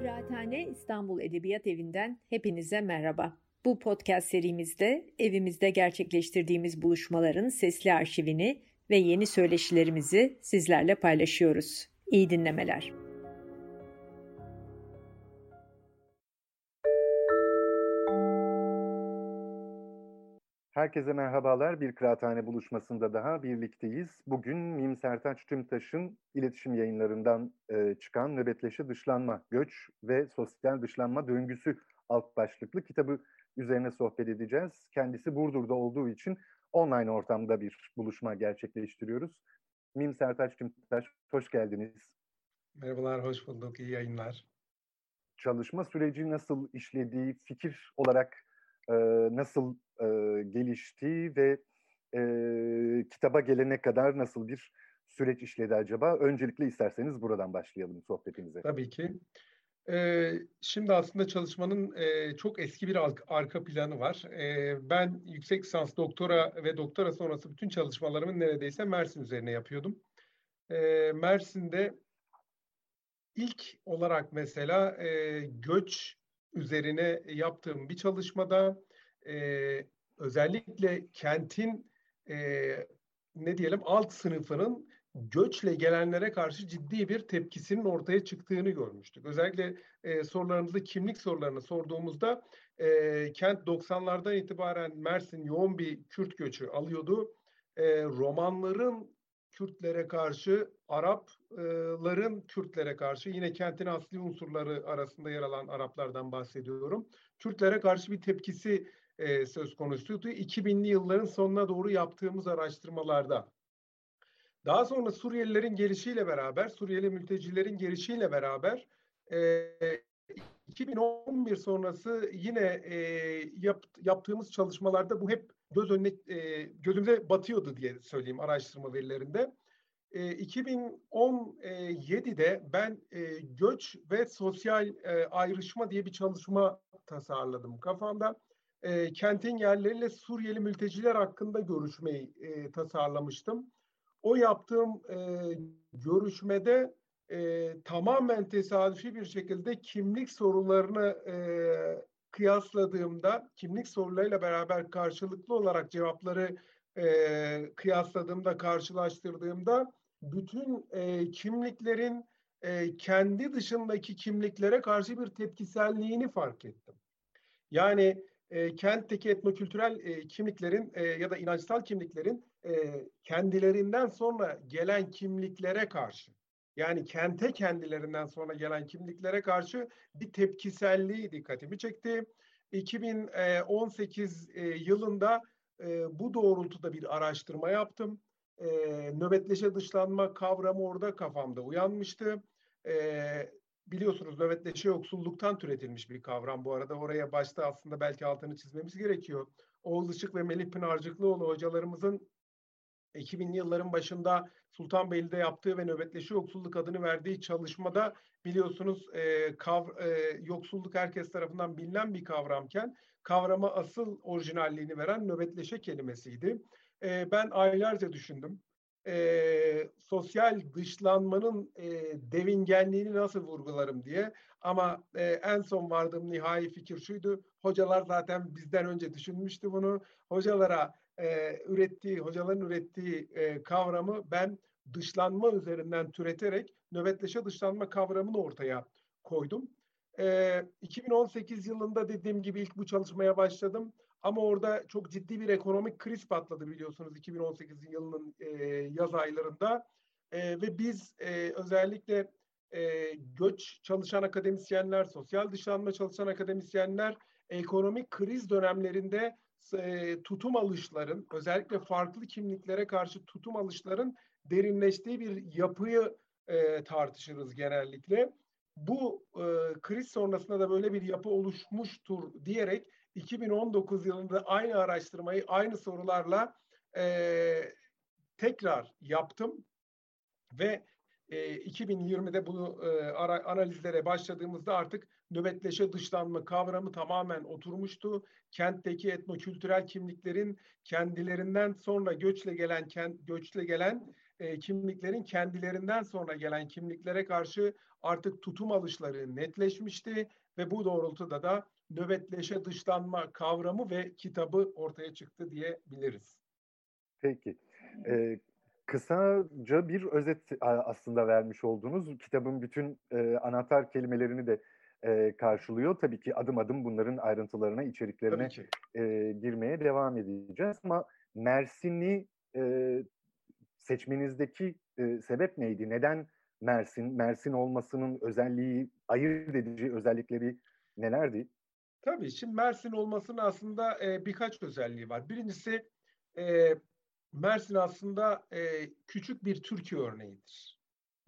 Kıraathane İstanbul Edebiyat Evi'nden hepinize merhaba. Bu podcast serimizde evimizde gerçekleştirdiğimiz buluşmaların sesli arşivini ve yeni söyleşilerimizi sizlerle paylaşıyoruz. İyi dinlemeler. Herkese merhabalar. Bir kıraathane buluşmasında daha birlikteyiz. Bugün Mim Sertaç Tümtaş'ın iletişim yayınlarından çıkan Nöbetleşe Dışlanma, Göç ve Sosyal Dışlanma Döngüsü alt başlıklı kitabı üzerine sohbet edeceğiz. Kendisi Burdur'da olduğu için online ortamda bir buluşma gerçekleştiriyoruz. Mim Sertaç Tümtaş, hoş geldiniz. Merhabalar, hoş bulduk. İyi yayınlar. Çalışma süreci nasıl işlediği, fikir olarak nasıl gelişti ve kitaba gelene kadar nasıl bir süreç işledi acaba? Öncelikle isterseniz buradan başlayalım sohbetimize. Tabii ki. Şimdi aslında çalışmanın çok eski bir arka planı var. Ben yüksek lisans, doktora ve doktora sonrası bütün çalışmalarımı neredeyse Mersin üzerine yapıyordum. Mersin'de ilk olarak mesela göç üzerine yaptığım bir çalışmada özellikle kentin ne diyelim alt sınıfının göçle gelenlere karşı ciddi bir tepkisinin ortaya çıktığını görmüştük. Özellikle sorularımızda kimlik sorularını sorduğumuzda kent 90'lardan itibaren Mersin yoğun bir Kürt göçü alıyordu. Romanların Kürtlere karşı, Arapların Kürtlere karşı, yine kentin asli unsurları arasında yer alan Araplardan bahsediyorum, Kürtlere karşı bir tepkisi söz konusuydu. 2000'li yılların sonuna doğru yaptığımız araştırmalarda. Daha sonra Suriyelilerin gelişiyle beraber, Suriyeli mültecilerin gelişiyle beraber 2011 sonrası yine yaptığımız çalışmalarda bu hep gözümüze batıyordu diye söyleyeyim araştırma verilerinde. 2017'de ben göç ve sosyal ayrışma diye bir çalışma tasarladım kafamda. Kentin yerleriyle Suriyeli mülteciler hakkında görüşmeyi tasarlamıştım. O yaptığım görüşmede tamamen tesadüfi bir şekilde kimlik sorularını kıyasladığımda, kimlik sorularıyla beraber karşılıklı olarak cevapları kıyasladığımda, karşılaştırdığımda bütün kimliklerin kendi dışındaki kimliklere karşı bir tepkiselliğini fark ettim. Yani kentteki etnokültürel kimliklerin ya da inançsal kimliklerin kendilerinden sonra gelen kimliklere karşı, yani kente kendilerinden sonra gelen kimliklere karşı bir tepkiselliği dikkatimi çekti. 2018 yılında bu doğrultuda bir araştırma yaptım. Nöbetleşe dışlanma kavramı orada kafamda uyanmıştı. Biliyorsunuz nöbetleşe yoksulluktan türetilmiş bir kavram bu arada. Oraya başta aslında belki altını çizmemiz gerekiyor. Oğuz Işık ve Melih Pınarcıklıoğlu hocalarımızın 2000'li yılların başında Sultanbeyli'de yaptığı ve nöbetleşe yoksulluk adını verdiği çalışmada biliyorsunuz yoksulluk herkes tarafından bilinen bir kavramken kavrama asıl orijinalliğini veren nöbetleşe kelimesiydi. Ben aylarca düşündüm. Sosyal dışlanmanın devingenliğini nasıl vurgularım diye. Ama en son vardığım nihai fikir şuydu. Hocalar zaten bizden önce düşünmüştü bunu. Hocaların ürettiği kavramı ben dışlanma üzerinden türeterek nöbetleşe dışlanma kavramını ortaya koydum. 2018 yılında dediğim gibi ilk bu çalışmaya başladım. Ama orada çok ciddi bir ekonomik kriz patladı biliyorsunuz 2018 yılının yaz aylarında. Ve biz özellikle göç çalışan akademisyenler, sosyal dışlanma çalışan akademisyenler ekonomik kriz dönemlerinde tutum alışların, özellikle farklı kimliklere karşı tutum alışların derinleştiği bir yapıyı tartışırız genellikle. Bu kriz sonrasında da böyle bir yapı oluşmuştur diyerek 2019 yılında aynı araştırmayı aynı sorularla tekrar yaptım ve 2020'de bunu analizlere başladığımızda artık nöbetleşe dışlanma kavramı tamamen oturmuştu. Kentteki etnokültürel kimliklerin kendilerinden sonra göçle gelen kimliklerin kendilerinden sonra gelen kimliklere karşı artık tutum alışları netleşmişti ve bu doğrultuda da nöbetleşe dışlanma kavramı ve kitabı ortaya çıktı diyebiliriz. Peki. Kısaca bir özet aslında vermiş olduğunuz kitabın bütün anahtar kelimelerini de karşılıyor. Tabii ki adım adım bunların ayrıntılarına, içeriklerine girmeye devam edeceğiz. Ama Mersin'i seçmenizdeki sebep neydi? Neden Mersin? Mersin olmasının özelliği, ayırt edici özellikleri nelerdi? Tabii şimdi Mersin olmasının aslında birkaç özelliği var. Birincisi Mersin aslında küçük bir Türkiye örneğidir.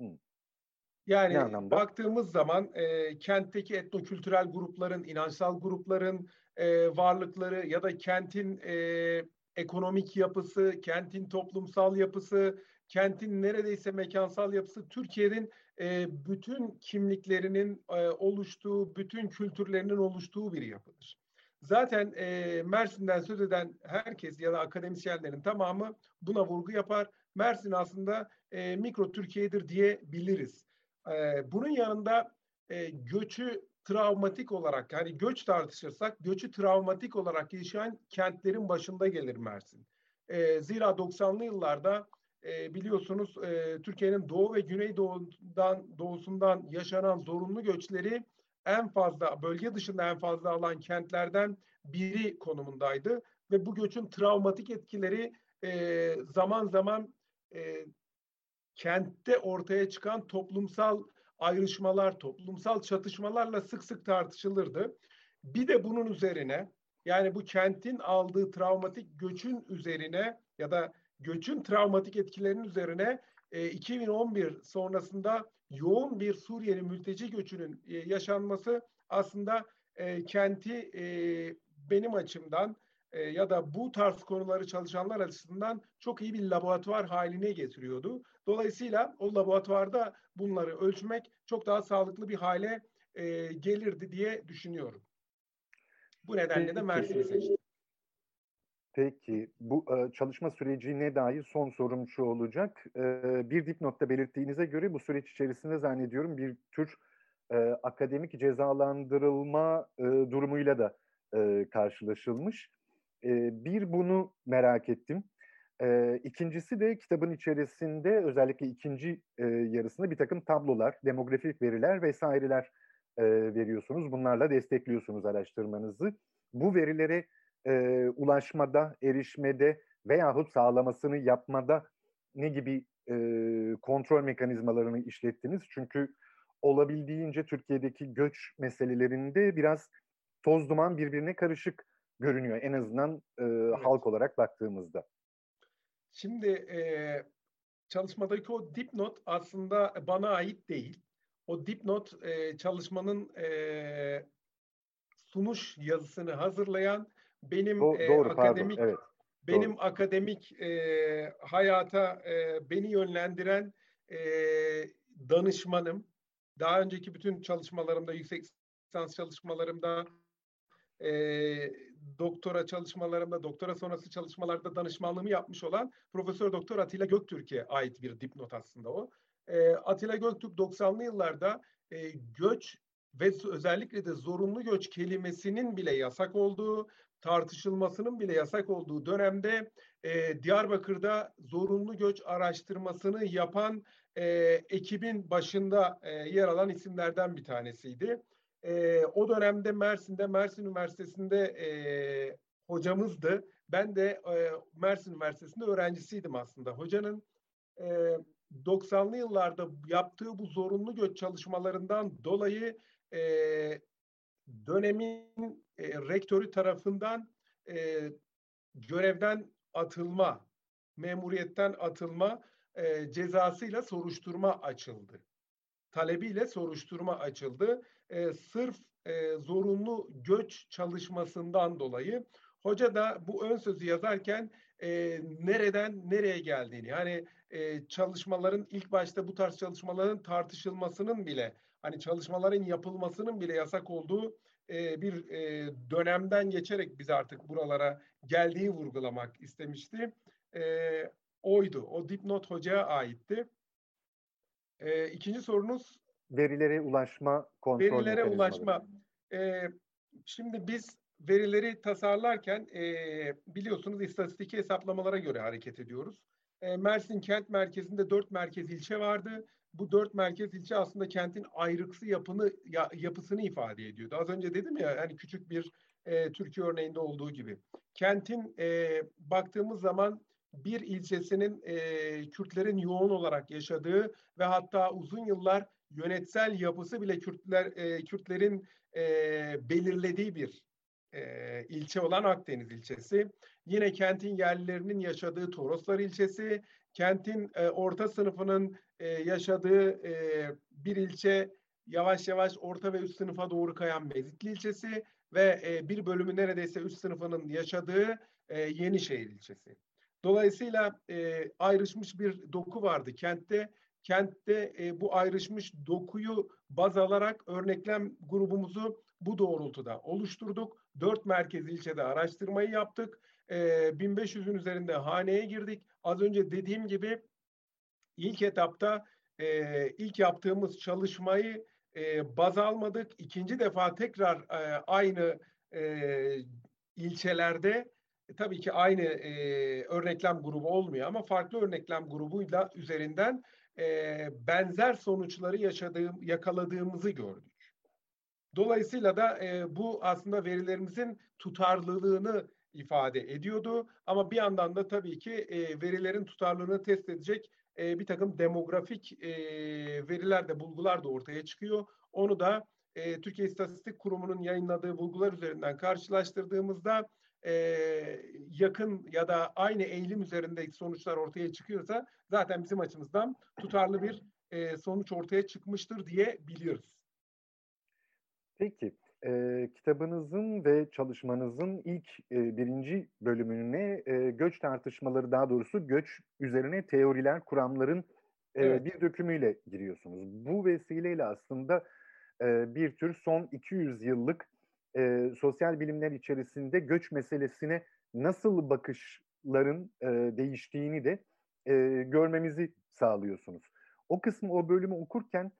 Yani baktığımız zaman kentteki etnokültürel grupların, inançsal grupların varlıkları ya da kentin ekonomik yapısı, kentin toplumsal yapısı, kentin neredeyse mekansal yapısı Türkiye'nin bütün kimliklerinin oluştuğu, bütün kültürlerinin oluştuğu bir yapıdır. Zaten Mersin'den söz eden herkes ya da akademisyenlerin tamamı buna vurgu yapar. Mersin aslında mikro Türkiye'dir diyebiliriz. Bunun yanında göçü travmatik olarak, yani göç tartışırsak göçü travmatik olarak yaşayan kentlerin başında gelir Mersin. Zira 90'lı yıllarda biliyorsunuz Türkiye'nin doğu ve doğusundan yaşanan zorunlu göçleri en fazla, bölge dışında en fazla alan kentlerden biri konumundaydı. Ve bu göçün travmatik etkileri zaman zaman kentte ortaya çıkan toplumsal ayrışmalar, toplumsal çatışmalarla sık sık tartışılırdı. Bir de bunun üzerine, yani bu kentin aldığı travmatik göçün üzerine ya da göçün travmatik etkilerinin üzerine 2011 sonrasında yoğun bir Suriyeli mülteci göçünün yaşanması aslında kenti benim açımdan ya da bu tarz konuları çalışanlar açısından çok iyi bir laboratuvar haline getiriyordu. Dolayısıyla o laboratuvarda bunları ölçmek çok daha sağlıklı bir hale gelirdi diye düşünüyorum. Bu nedenle de Mersin'i seçtim. Peki, bu çalışma sürecine dair son sorum şu olacak. Bir dipnotta belirttiğinize göre bu süreç içerisinde zannediyorum bir tür akademik cezalandırılma durumuyla da karşılaşılmış. Bir bunu merak ettim. İkincisi de kitabın içerisinde özellikle ikinci yarısında bir takım tablolar, demografik veriler vesaireler veriyorsunuz. Bunlarla destekliyorsunuz araştırmanızı. Bu verilere ulaşmada, erişmede veyahut sağlamasını yapmada ne gibi kontrol mekanizmalarını işlettiniz? Çünkü olabildiğince Türkiye'deki göç meselelerinde biraz toz duman birbirine karışık görünüyor. En azından evet, halk olarak baktığımızda. Şimdi çalışmadaki o dipnot aslında bana ait değil. O dipnot çalışmanın sunuş yazısını hazırlayan benim doğru, akademik pardon, evet, benim doğru. akademik hayata beni yönlendiren danışmanım. Daha önceki bütün çalışmalarımda, yüksek lisans çalışmalarımda, doktora çalışmalarımda, doktora sonrası çalışmalarda danışmanlığımı yapmış olan Profesör Doktor Atilla Göktürk'e ait bir dipnot aslında o. Atilla Göktürk 90'lı yıllarda göç ve özellikle de zorunlu göç kelimesinin bile yasak olduğu, tartışılmasının bile yasak olduğu dönemde Diyarbakır'da zorunlu göç araştırmasını yapan ekibin başında yer alan isimlerden bir tanesiydi. O dönemde Mersin'de, Mersin Üniversitesi'nde hocamızdı. Ben de Mersin Üniversitesi'nde öğrencisiydim aslında. Hocanın 90'lı yıllarda yaptığı bu zorunlu göç çalışmalarından dolayı dönemin rektörü tarafından görevden atılma, memuriyetten atılma cezasıyla soruşturma açıldı. Talebiyle soruşturma açıldı. Sırf zorunlu göç çalışmasından dolayı. Hoca da bu ön sözü yazarken nereden nereye geldiğini, yani çalışmaların ilk başta bu tarz çalışmaların tartışılmasının bile, hani çalışmaların yapılmasının bile yasak olduğu bir dönemden geçerek biz artık buralara geldiği vurgulamak istemişti. oydu. O dipnot hocaya aitti. İkinci sorunuz? Verilere ulaşma kontrol Verilere mekanizmaları. ulaşma. Şimdi biz verileri tasarlarken biliyorsunuz istatistiki hesaplamalara göre hareket ediyoruz. Mersin kent merkezinde 4 merkez ilçe vardı. Bu 4 merkez ilçe aslında kentin ayrıksı yapısını ifade ediyordu. Az önce dedim ya hani küçük bir Türkiye örneğinde olduğu gibi. Kentin baktığımız zaman bir ilçesinin Kürtlerin yoğun olarak yaşadığı ve hatta uzun yıllar yönetsel yapısı bile Kürtlerin belirlediği bir ilçe olan Akdeniz ilçesi. Yine kentin yerlilerinin yaşadığı Toroslar ilçesi, kentin orta sınıfının yaşadığı bir ilçe, yavaş yavaş orta ve üst sınıfa doğru kayan Mezitli ilçesi ve bir bölümü neredeyse üst sınıfının yaşadığı Yenişehir ilçesi. Dolayısıyla ayrışmış bir doku vardı kentte. Kentte bu ayrışmış dokuyu baz alarak örneklem grubumuzu bu doğrultuda oluşturduk. 4 merkez ilçede araştırmayı yaptık. 1500'ün üzerinde haneye girdik. Az önce dediğim gibi ilk etapta ilk yaptığımız çalışmayı baz almadık. İkinci defa tekrar aynı ilçelerde tabii ki aynı örneklem grubu olmuyor ama farklı örneklem grubuyla üzerinden benzer sonuçları yakaladığımızı gördük. Dolayısıyla da bu aslında verilerimizin tutarlılığını ifade ediyordu. Ama bir yandan da tabii ki verilerin tutarlılığını test edecek bir takım demografik veriler de, bulgular da ortaya çıkıyor. Onu da Türkiye İstatistik Kurumu'nun yayınladığı bulgular üzerinden karşılaştırdığımızda yakın ya da aynı eğilim üzerindeki sonuçlar ortaya çıkıyorsa zaten bizim açımızdan tutarlı bir sonuç ortaya çıkmıştır diye biliyoruz. Peki, kitabınızın ve çalışmanızın ilk birinci bölümüne göç tartışmaları, daha doğrusu göç üzerine teoriler, kuramların Evet. bir dökümüyle giriyorsunuz. Bu vesileyle aslında bir tür son 200 yıllık sosyal bilimler içerisinde göç meselesine nasıl bakışların değiştiğini de görmemizi sağlıyorsunuz. O kısmı, o bölümü okurken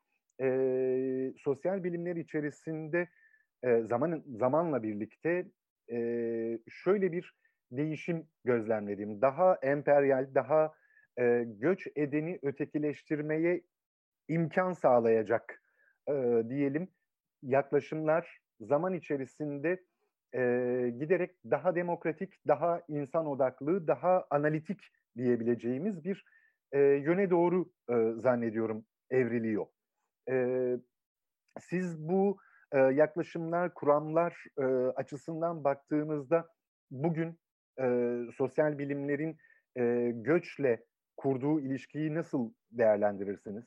sosyal bilimler içerisinde zamanla birlikte şöyle bir değişim gözlemledim. Daha emperyal, daha göç edeni ötekileştirmeye imkan sağlayacak diyelim yaklaşımlar zaman içerisinde giderek daha demokratik, daha insan odaklı, daha analitik diyebileceğimiz bir yöne doğru zannediyorum evriliyor. Siz bu yaklaşımlar, kuramlar açısından baktığınızda bugün sosyal bilimlerin göçle kurduğu ilişkiyi nasıl değerlendirirsiniz?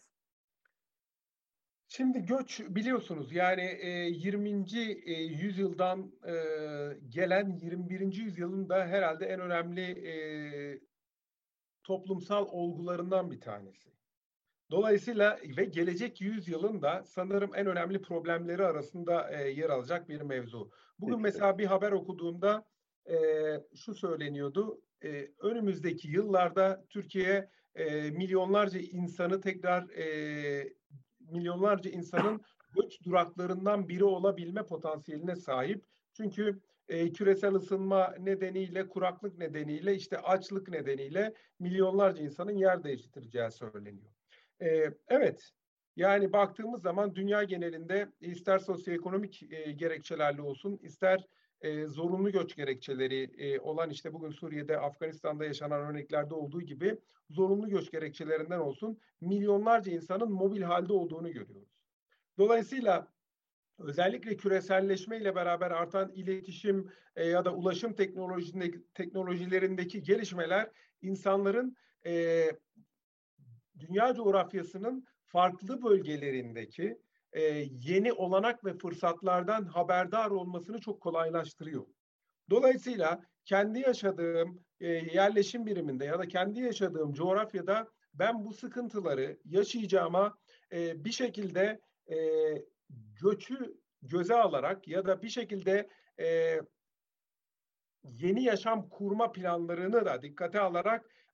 Şimdi göç biliyorsunuz yani 20. yüzyıldan gelen 21. yüzyılın da herhalde en önemli toplumsal olgularından bir tanesi. Dolayısıyla ve gelecek yüzyılın da sanırım en önemli problemleri arasında yer alacak bir mevzu. Bugün mesela bir haber okuduğumda şu söyleniyordu. Önümüzdeki yıllarda Türkiye milyonlarca insanı tekrar milyonlarca insanın göç duraklarından biri olabilme potansiyeline sahip. Çünkü küresel ısınma nedeniyle, kuraklık nedeniyle, işte açlık nedeniyle milyonlarca insanın yer değiştireceği söyleniyor. Evet, yani baktığımız zaman dünya genelinde ister sosyoekonomik gerekçelerle olsun, ister zorunlu göç gerekçeleri olan işte bugün Suriye'de, Afganistan'da yaşanan örneklerde olduğu gibi zorunlu göç gerekçelerinden olsun milyonlarca insanın mobil halde olduğunu görüyoruz. Dolayısıyla özellikle küreselleşme ile beraber artan iletişim ya da ulaşım teknolojilerindeki gelişmeler insanların dünya coğrafyasının farklı bölgelerindeki yeni olanak ve fırsatlardan haberdar olmasını çok kolaylaştırıyor. Dolayısıyla kendi yaşadığım yerleşim biriminde ya da kendi yaşadığım coğrafyada ben bu sıkıntıları yaşayacağıma bir şekilde göçü göze alarak ya da bir şekilde yeni yaşam kurma planlarını da dikkate alarak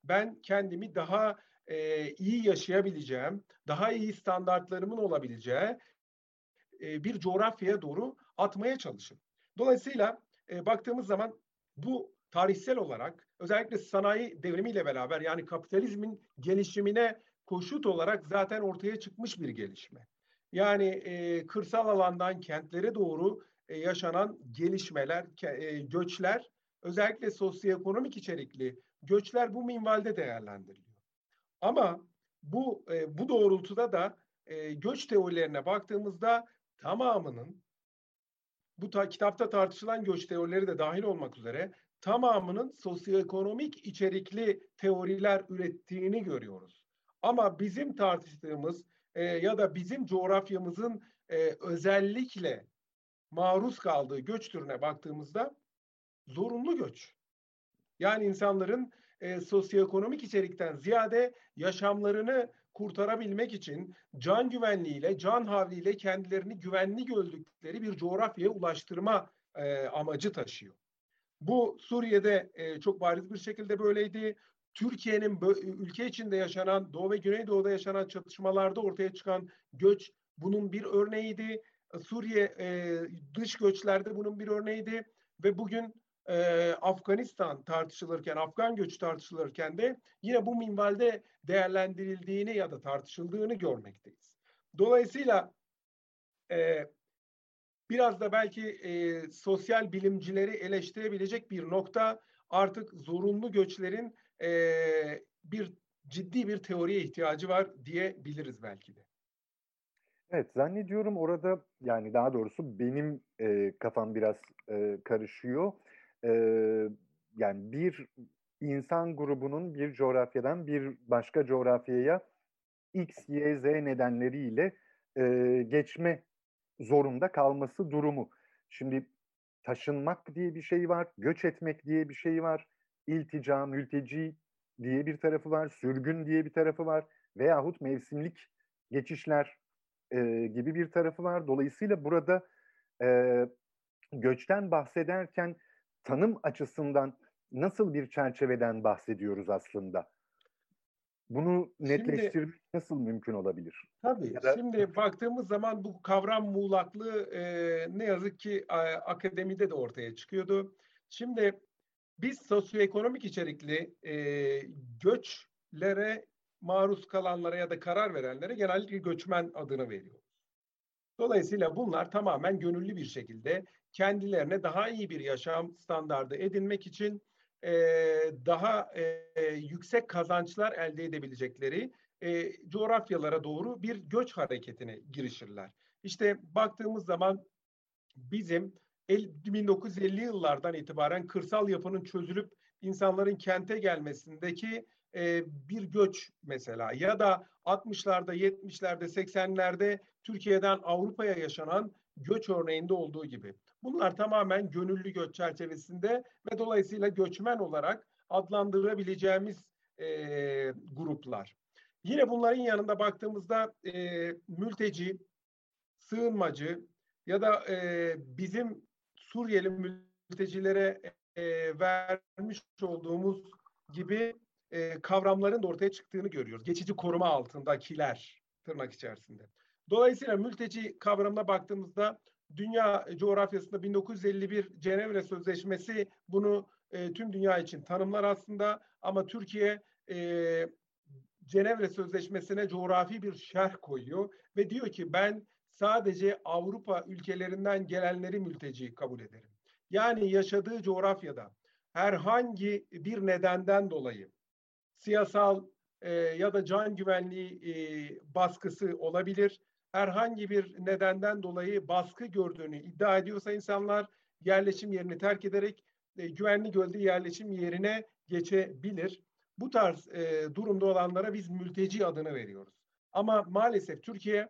ben kendimi daha iyi yaşayabileceğim, daha iyi standartlarımın olabileceği bir coğrafyaya doğru atmaya çalışın. Dolayısıyla baktığımız zaman bu tarihsel olarak özellikle sanayi devrimiyle beraber yani kapitalizmin gelişimine koşut olarak zaten ortaya çıkmış bir gelişme. Yani kırsal alandan kentlere doğru yaşanan gelişmeler, göçler, özellikle sosyoekonomik içerikli göçler bu minvalde değerlendiriliyor. Ama bu doğrultuda da göç teorilerine baktığımızda tamamının kitapta tartışılan göç teorileri de dahil olmak üzere tamamının sosyoekonomik içerikli teoriler ürettiğini görüyoruz. Ama bizim tartıştığımız ya da bizim coğrafyamızın özellikle maruz kaldığı göç türüne baktığımızda zorunlu göç. Yani insanların sosyoekonomik içerikten ziyade yaşamlarını kurtarabilmek için can güvenliğiyle, can havliyle kendilerini güvenli gördükleri bir coğrafyaya ulaştırma amacı taşıyor. Bu Suriye'de çok bariz bir şekilde böyleydi. Türkiye'nin ülke içinde yaşanan, Doğu ve Güneydoğu'da yaşanan çatışmalarda ortaya çıkan göç bunun bir örneğiydi. Suriye dış göçlerde bunun bir örneğiydi. Ve bugün Afganistan tartışılırken, Afgan göçü tartışılırken de yine bu minvalde değerlendirildiğini ya da tartışıldığını görmekteyiz. Dolayısıyla biraz da belki sosyal bilimcileri eleştirebilecek bir nokta artık zorunlu göçlerin ciddi bir teoriye ihtiyacı var diyebiliriz belki de. Evet, zannediyorum orada yani daha doğrusu benim kafam biraz karışıyor. E, Yani bir insan grubunun bir coğrafyadan bir başka coğrafyaya X, Y, Z nedenleriyle geçme zorunda kalması durumu. Şimdi taşınmak diye bir şey var, göç etmek diye bir şey var, iltica, mülteci diye bir tarafı var, sürgün diye bir tarafı var veyahut mevsimlik geçişler gibi bir tarafı var. Dolayısıyla burada e, göçten bahsederken tanım açısından nasıl bir çerçeveden bahsediyoruz aslında? Bunu Şimdi netleştirmek nasıl mümkün olabilir? tabii Ya da şimdi baktığımız zaman bu kavram muğlaklığı ne yazık ki akademide de ortaya çıkıyordu. Şimdi biz sosyoekonomik içerikli göçlere maruz kalanlara ya da karar verenlere genellikle göçmen adını veriyoruz. Dolayısıyla bunlar tamamen gönüllü bir şekilde kendilerine daha iyi bir yaşam standardı edinmek için daha yüksek kazançlar elde edebilecekleri coğrafyalara doğru bir göç hareketine girişirler. İşte baktığımız zaman bizim 1950 yıllardan itibaren kırsal yapının çözülüp insanların kente gelmesindeki bir göç mesela ya da 60'larda, 70'lerde, 80'lerde Türkiye'den Avrupa'ya yaşanan göç örneğinde olduğu gibi. Bunlar tamamen gönüllü göç çerçevesinde ve dolayısıyla göçmen olarak adlandırabileceğimiz gruplar. Yine bunların yanında baktığımızda mülteci, sığınmacı ya da bizim Suriyeli mültecilere vermiş olduğumuz gibi kavramların da ortaya çıktığını görüyoruz. Geçici koruma altındakiler tırnak içerisinde. Dolayısıyla mülteci kavramına baktığımızda dünya coğrafyasında 1951 Cenevre Sözleşmesi bunu tüm dünya için tanımlar aslında ama Türkiye Cenevre Sözleşmesi'ne coğrafi bir şerh koyuyor ve diyor ki ben sadece Avrupa ülkelerinden gelenleri mülteci kabul ederim. Yani yaşadığı coğrafyada herhangi bir nedenden dolayı siyasal ya da can güvenliği baskısı olabilir. Herhangi bir nedenden dolayı baskı gördüğünü iddia ediyorsa insanlar yerleşim yerini terk ederek güvenli gördüğü yerleşim yerine geçebilir. Bu tarz durumda olanlara biz mülteci adını veriyoruz. Ama maalesef Türkiye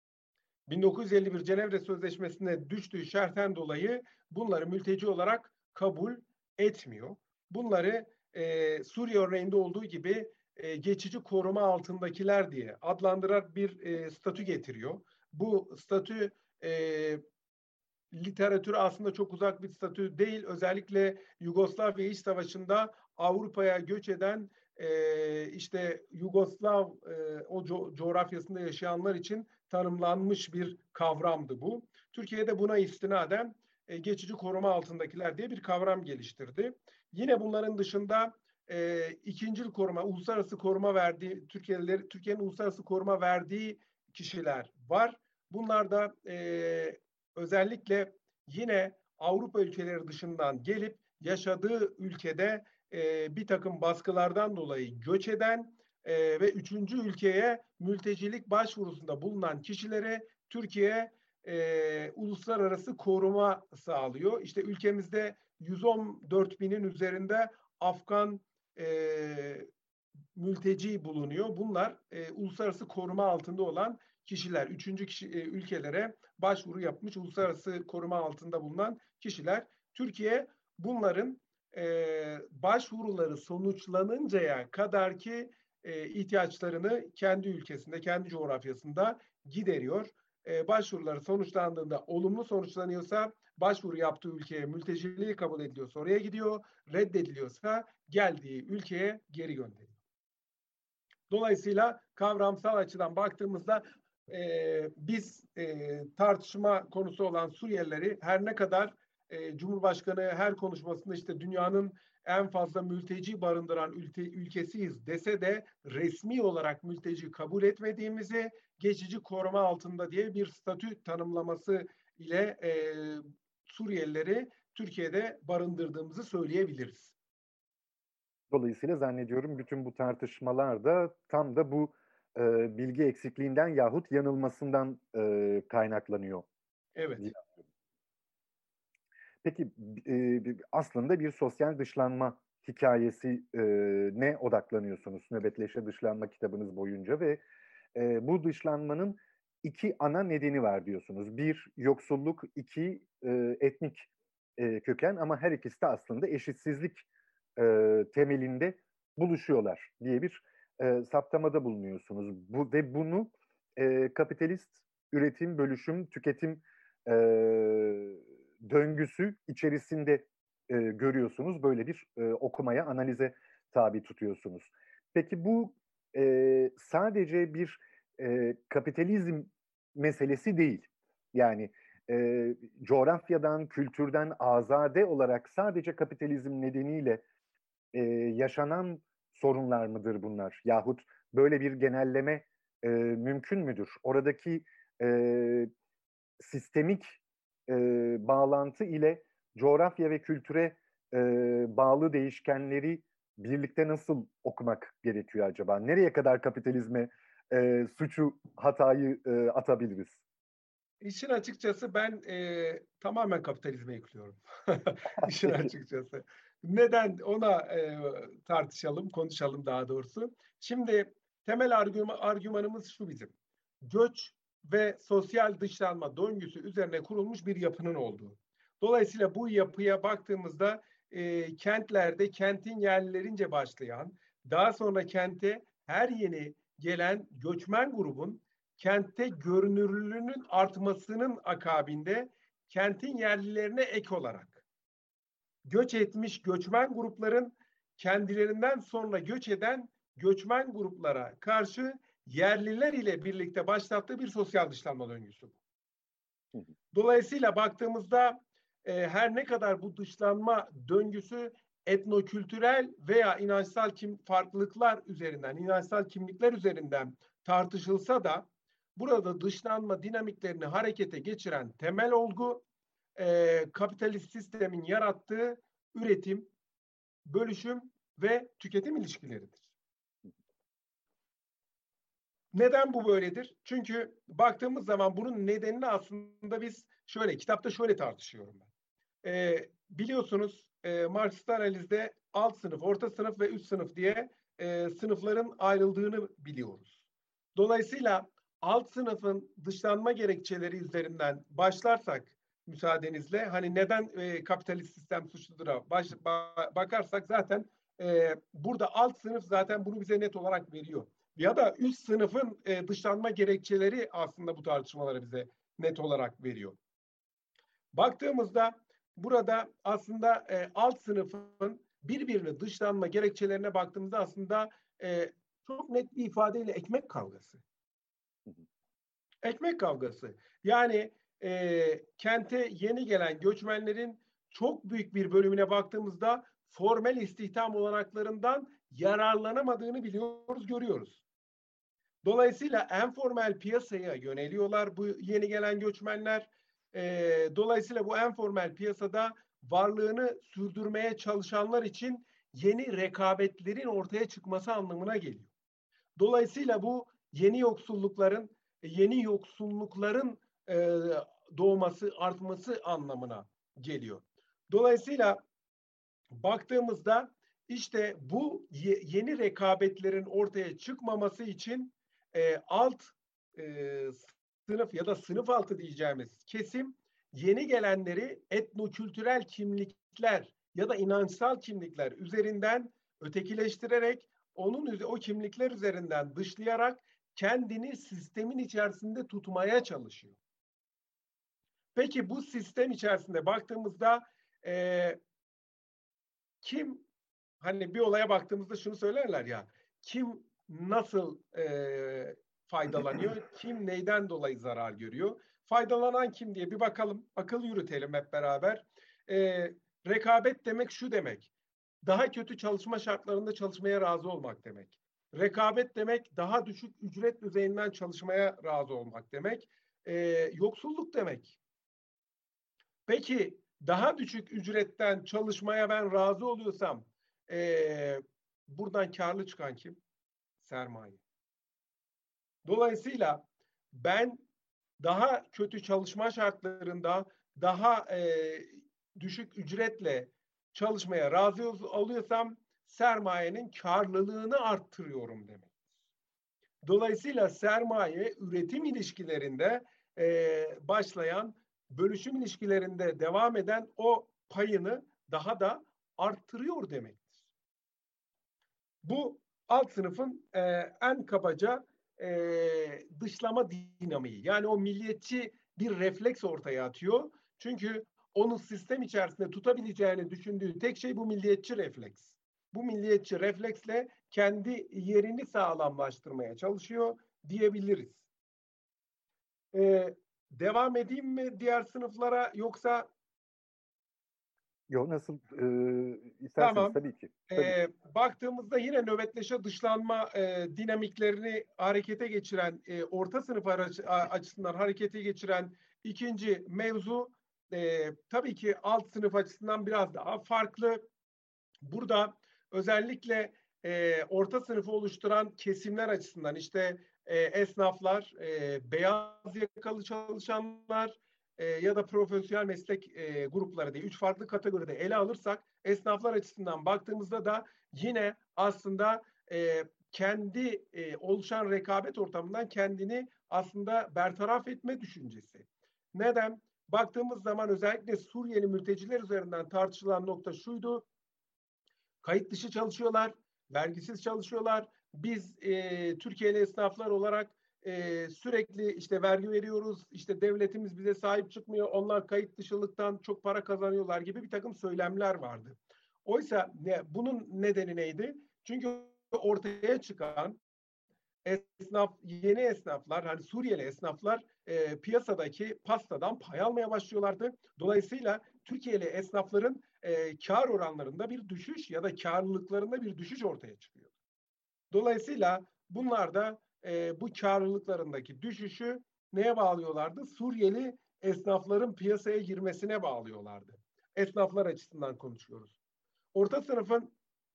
1951 Cenevre Sözleşmesi'ne düştüğü şerhten dolayı bunları mülteci olarak kabul etmiyor. Bunları Suriye örneğinde olduğu gibi geçici koruma altındakiler diye adlandıran bir statü getiriyor. Bu statü literatüre aslında çok uzak bir statü değil. Özellikle Yugoslavya İç Savaşı'nda Avrupa'ya göç eden işte Yugoslav coğrafyasında yaşayanlar için tanımlanmış bir kavramdı bu. Türkiye'de buna istinaden geçici koruma altındakiler diye bir kavram geliştirdi. Yine bunların dışında ikincil koruma, uluslararası koruma verdiği Türkiye'nin uluslararası koruma verdiği kişiler var. Bunlar da özellikle yine Avrupa ülkeleri dışından gelip yaşadığı ülkede bir takım baskılardan dolayı göç eden ve üçüncü ülkeye mültecilik başvurusunda bulunan kişilere Türkiye uluslararası koruma sağlıyor. İşte ülkemizde 114 binin üzerinde Afgan mülteci bulunuyor. Bunlar uluslararası koruma altında olan kişiler, üçüncü ülkelere başvuru yapmış, uluslararası koruma altında bulunan kişiler. Türkiye bunların başvuruları sonuçlanıncaya kadar ki ihtiyaçlarını kendi ülkesinde, kendi coğrafyasında gideriyor. Başvuruları sonuçlandığında olumlu sonuçlanıyorsa başvuru yaptığı ülkeye mülteciliği kabul ediliyorsa oraya gidiyor, reddediliyorsa geldiği ülkeye geri gönderiyor. Dolayısıyla kavramsal açıdan baktığımızda biz tartışma konusu olan Suriyelileri her ne kadar Cumhurbaşkanı her konuşmasında işte dünyanın en fazla mülteci barındıran ülkesiyiz dese de resmi olarak mülteci kabul etmediğimizi, geçici koruma altında diye bir statü tanımlaması ile Suriyelileri Türkiye'de barındırdığımızı söyleyebiliriz. Dolayısıyla zannediyorum bütün bu tartışmalar da tam da bu bilgi eksikliğinden yahut yanılmasından kaynaklanıyor. Evet. Peki aslında bir sosyal dışlanma hikayesi ne odaklanıyorsunuz Nöbetleşe Dışlanma kitabınız boyunca ve bu dışlanmanın iki ana nedeni var diyorsunuz. Bir, yoksulluk, iki, etnik köken ama her ikisi de aslında eşitsizlik temelinde buluşuyorlar diye bir saptamada bulunuyorsunuz. Ve bunu kapitalist üretim, bölüşüm, tüketim döngüsü içerisinde görüyorsunuz. Böyle bir okumaya, analize tabi tutuyorsunuz. Peki bu sadece bir kapitalizm meselesi değil. Yani coğrafyadan, kültürden azade olarak sadece kapitalizm nedeniyle yaşanan sorunlar mıdır bunlar? Yahut böyle bir genelleme mümkün müdür? Oradaki sistemik bağlantı ile coğrafya ve kültüre bağlı değişkenleri birlikte nasıl okumak gerekiyor acaba? Nereye kadar kapitalizme suçu, hatayı atabiliriz? İşin açıkçası ben tamamen kapitalizme yüklüyorum. İşin açıkçası. Neden ona tartışalım, konuşalım daha doğrusu. Şimdi temel argümanımız şu bizim. Göç ve sosyal dışlanma döngüsü üzerine kurulmuş bir yapının olduğu. Dolayısıyla bu yapıya baktığımızda kentlerde kentin yerlilerince başlayan, daha sonra kente her yeni gelen göçmen grubun kentte görünürlüğünün artmasının akabinde kentin yerlilerine ek olarak göç etmiş göçmen grupların kendilerinden sonra göç eden göçmen gruplara karşı yerliler ile birlikte başlattığı bir sosyal dışlanma döngüsü bu. Dolayısıyla baktığımızda her ne kadar bu dışlanma döngüsü etnokültürel veya inançsal farklılıklar üzerinden, inançsal kimlikler üzerinden tartışılsa da burada dışlanma dinamiklerini harekete geçiren temel olgu kapitalist sistemin yarattığı üretim, bölüşüm ve tüketim ilişkileridir. Neden bu böyledir? Çünkü baktığımız zaman bunun nedenini aslında biz kitapta şöyle tartışıyorum ben. Biliyorsunuz Marksist analizde alt sınıf, orta sınıf ve üst sınıf diye sınıfların ayrıldığını biliyoruz. Dolayısıyla alt sınıfın dışlanma gerekçeleri üzerinden başlarsak müsaadenizle hani neden kapitalist sistem suçludur'a bakarsak zaten burada alt sınıf zaten bunu bize net olarak veriyor. Ya da üst sınıfın dışlanma gerekçeleri aslında bu tartışmaları bize net olarak veriyor. Baktığımızda burada aslında alt sınıfın birbirini dışlanma gerekçelerine baktığımızda aslında çok net bir ifadeyle ekmek kavgası. Ekmek kavgası. Yani kente yeni gelen göçmenlerin çok büyük bir bölümüne baktığımızda formel istihdam olanaklarından yararlanamadığını biliyoruz, görüyoruz. Dolayısıyla informal piyasaya yöneliyorlar bu yeni gelen göçmenler. Dolayısıyla bu informal piyasada varlığını sürdürmeye çalışanlar için yeni rekabetlerin ortaya çıkması anlamına geliyor. Dolayısıyla bu yeni yoksullukların doğması, artması anlamına geliyor. Dolayısıyla baktığımızda işte bu yeni rekabetlerin ortaya çıkmaması için alt sınıf ya da sınıf altı diyeceğimiz kesim yeni gelenleri etnokültürel kimlikler ya da inançsal kimlikler üzerinden ötekileştirerek o kimlikler üzerinden dışlayarak kendini sistemin içerisinde tutmaya çalışıyor. Peki bu sistem içerisinde baktığımızda kim, hani bir olaya baktığımızda şunu söylerler ya, kim nasıl faydalanıyor, kim neyden dolayı zarar görüyor? Faydalanan kim diye bir bakalım, akıl yürütelim hep beraber. Rekabet demek şu demek, daha kötü çalışma şartlarında çalışmaya razı olmak demek. Rekabet demek daha düşük ücret düzeyinden çalışmaya razı olmak demek. Yoksulluk demek. Peki daha düşük ücretten çalışmaya ben razı oluyorsam buradan karlı çıkan kim? Sermaye. Dolayısıyla ben daha kötü çalışma şartlarında daha düşük ücretle çalışmaya razı oluyorsam sermayenin karlılığını arttırıyorum demek. Dolayısıyla sermaye üretim ilişkilerinde başlayan, bölüşüm ilişkilerinde devam eden o payını daha da arttırıyor demektir. Bu alt sınıfın en kabaca dışlama dinamiği. Yani o milliyetçi bir refleks ortaya atıyor. Çünkü onu sistem içerisinde tutabileceğini düşündüğü tek şey bu milliyetçi refleks. Bu milliyetçi refleksle kendi yerini sağlamlaştırmaya çalışıyor diyebiliriz. Devam edeyim mi diğer sınıflara yoksa? Yok, nasıl isterseniz Tamam. tabii ki. Tabii. Baktığımızda yine nöbetleşe dışlanma dinamiklerini harekete geçiren, orta sınıf açısından harekete geçiren ikinci mevzu tabii ki alt sınıf açısından biraz daha farklı. Burada özellikle orta sınıfı oluşturan kesimler açısından işte esnaflar, beyaz yakalı çalışanlar ya da profesyonel meslek grupları diye 3 farklı kategoride ele alırsak esnaflar açısından baktığımızda da yine aslında kendi oluşan rekabet ortamından kendini aslında bertaraf etme düşüncesi. Neden? Baktığımız zaman özellikle Suriyeli mülteciler üzerinden tartışılan nokta şuydu: kayıt dışı çalışıyorlar, vergisiz çalışıyorlar. Biz Türkiye'li esnaflar olarak sürekli işte vergi veriyoruz, işte devletimiz bize sahip çıkmıyor, onlar kayıt dışılıktan çok para kazanıyorlar gibi bir takım söylemler vardı. Oysa bunun nedeni neydi? Çünkü ortaya çıkan yeni esnaflar, hani Suriyeli esnaflar piyasadaki pastadan pay almaya başlıyorlardı. Dolayısıyla Türkiye'li esnafların kar oranlarında bir düşüş ya da karlılıklarında bir düşüş ortaya çıkıyor. Dolayısıyla bunlar da bu karlılıklarındaki düşüşü neye bağlıyorlardı? Suriyeli esnafların piyasaya girmesine bağlıyorlardı. Esnaflar açısından konuşuyoruz. Orta sınıfın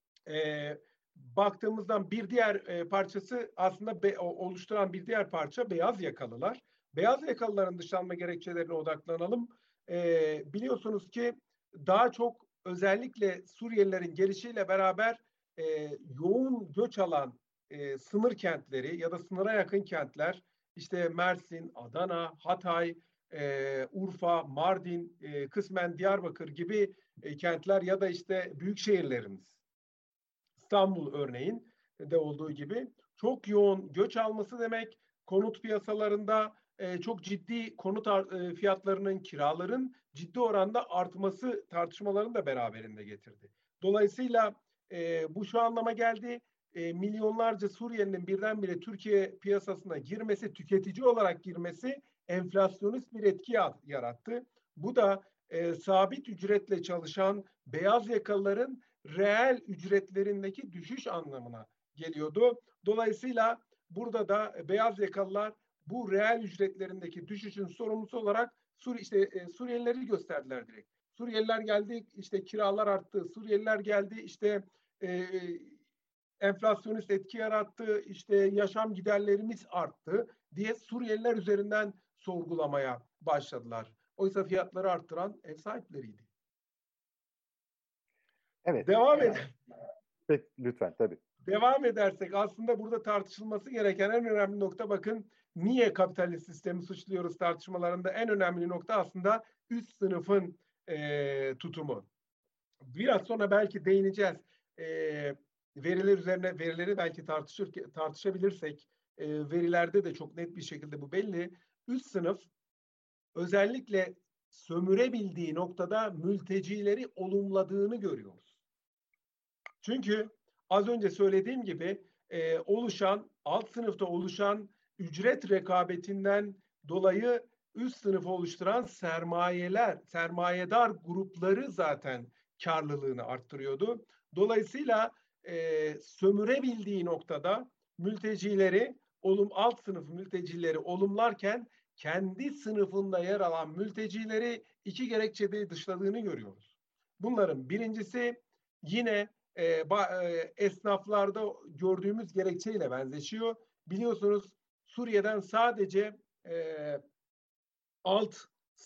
baktığımızdan bir diğer parçası aslında oluşturan bir diğer parça beyaz yakalılar. Beyaz yakalıların dışlanma gerekçelerine odaklanalım. Biliyorsunuz ki daha çok özellikle Suriyelilerin gelişiyle beraber yoğun göç alan sınır kentleri ya da sınıra yakın kentler, işte Mersin, Adana, Hatay, Urfa, Mardin, kısmen Diyarbakır gibi kentler ya da işte büyük şehirlerimiz, İstanbul örneğin de olduğu gibi çok yoğun göç alması demek, konut piyasalarında çok ciddi konut fiyatlarının, kiraların ciddi oranda artması tartışmalarını da beraberinde getirdi. Dolayısıyla bu şu anlama geldi. Milyonlarca Suriyelinin birdenbire Türkiye piyasasına girmesi, tüketici olarak girmesi enflasyonist bir etki yarattı. Bu da sabit ücretle çalışan beyaz yakalıların reel ücretlerindeki düşüş anlamına geliyordu. Dolayısıyla burada da beyaz yakalılar bu reel ücretlerindeki düşüşün sorumlusu olarak Suriyelileri gösterdiler direkt. Suriyeliler geldi, işte kiralar arttı. Suriyeliler geldi, işte enflasyonist etki yarattı, işte yaşam giderlerimiz arttı diye Suriyeliler üzerinden sorgulamaya başladılar. Oysa fiyatları arttıran ev sahipleriydi. Evet. Devam edelim. Peki, lütfen tabii. Devam edersek aslında burada tartışılması gereken en önemli nokta, bakın niye kapitalist sistemi suçluyoruz tartışmalarında en önemli nokta aslında üst sınıfın tutumu. Biraz sonra belki değineceğiz. Veriler üzerine, verileri belki tartışabilirsek verilerde de çok net bir şekilde bu belli. Üst sınıf özellikle sömürebildiği noktada mültecileri olumladığını görüyoruz. Çünkü az önce söylediğim gibi alt sınıfta oluşan ücret rekabetinden dolayı üst sınıfı oluşturan sermayedar grupları zaten karlılığını arttırıyordu. Dolayısıyla sömürebildiği noktada alt sınıf mültecileri olumlarken kendi sınıfında yer alan mültecileri iki gerekçede dışladığını görüyoruz. Bunların birincisi yine esnaflarda gördüğümüz gerekçeyle benzeşiyor. Biliyorsunuz Suriye'den sadece alt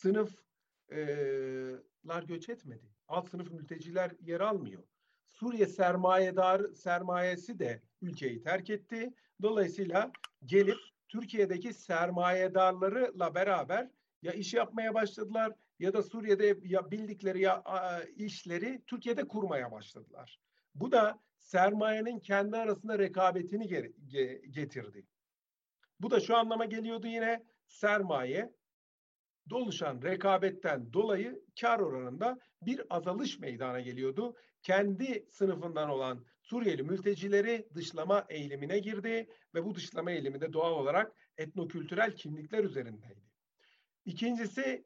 sınıflar göç etmedi. Alt sınıf mülteciler yer almıyor. Suriye sermayesi de ülkeyi terk etti. Dolayısıyla gelip Türkiye'deki sermayedarlarla beraber ya iş yapmaya başladılar ya da Suriye'de bildikleri işleri Türkiye'de kurmaya başladılar. Bu da sermayenin kendi arasında rekabetini getirdi. Bu da şu anlama geliyordu yine, sermaye oluşan rekabetten dolayı kar oranında bir azalış meydana geliyordu. Kendi sınıfından olan Suriyeli mültecileri dışlama eğilimine girdi ve bu dışlama eğilimi de doğal olarak etnokültürel kimlikler üzerindeydi. İkincisi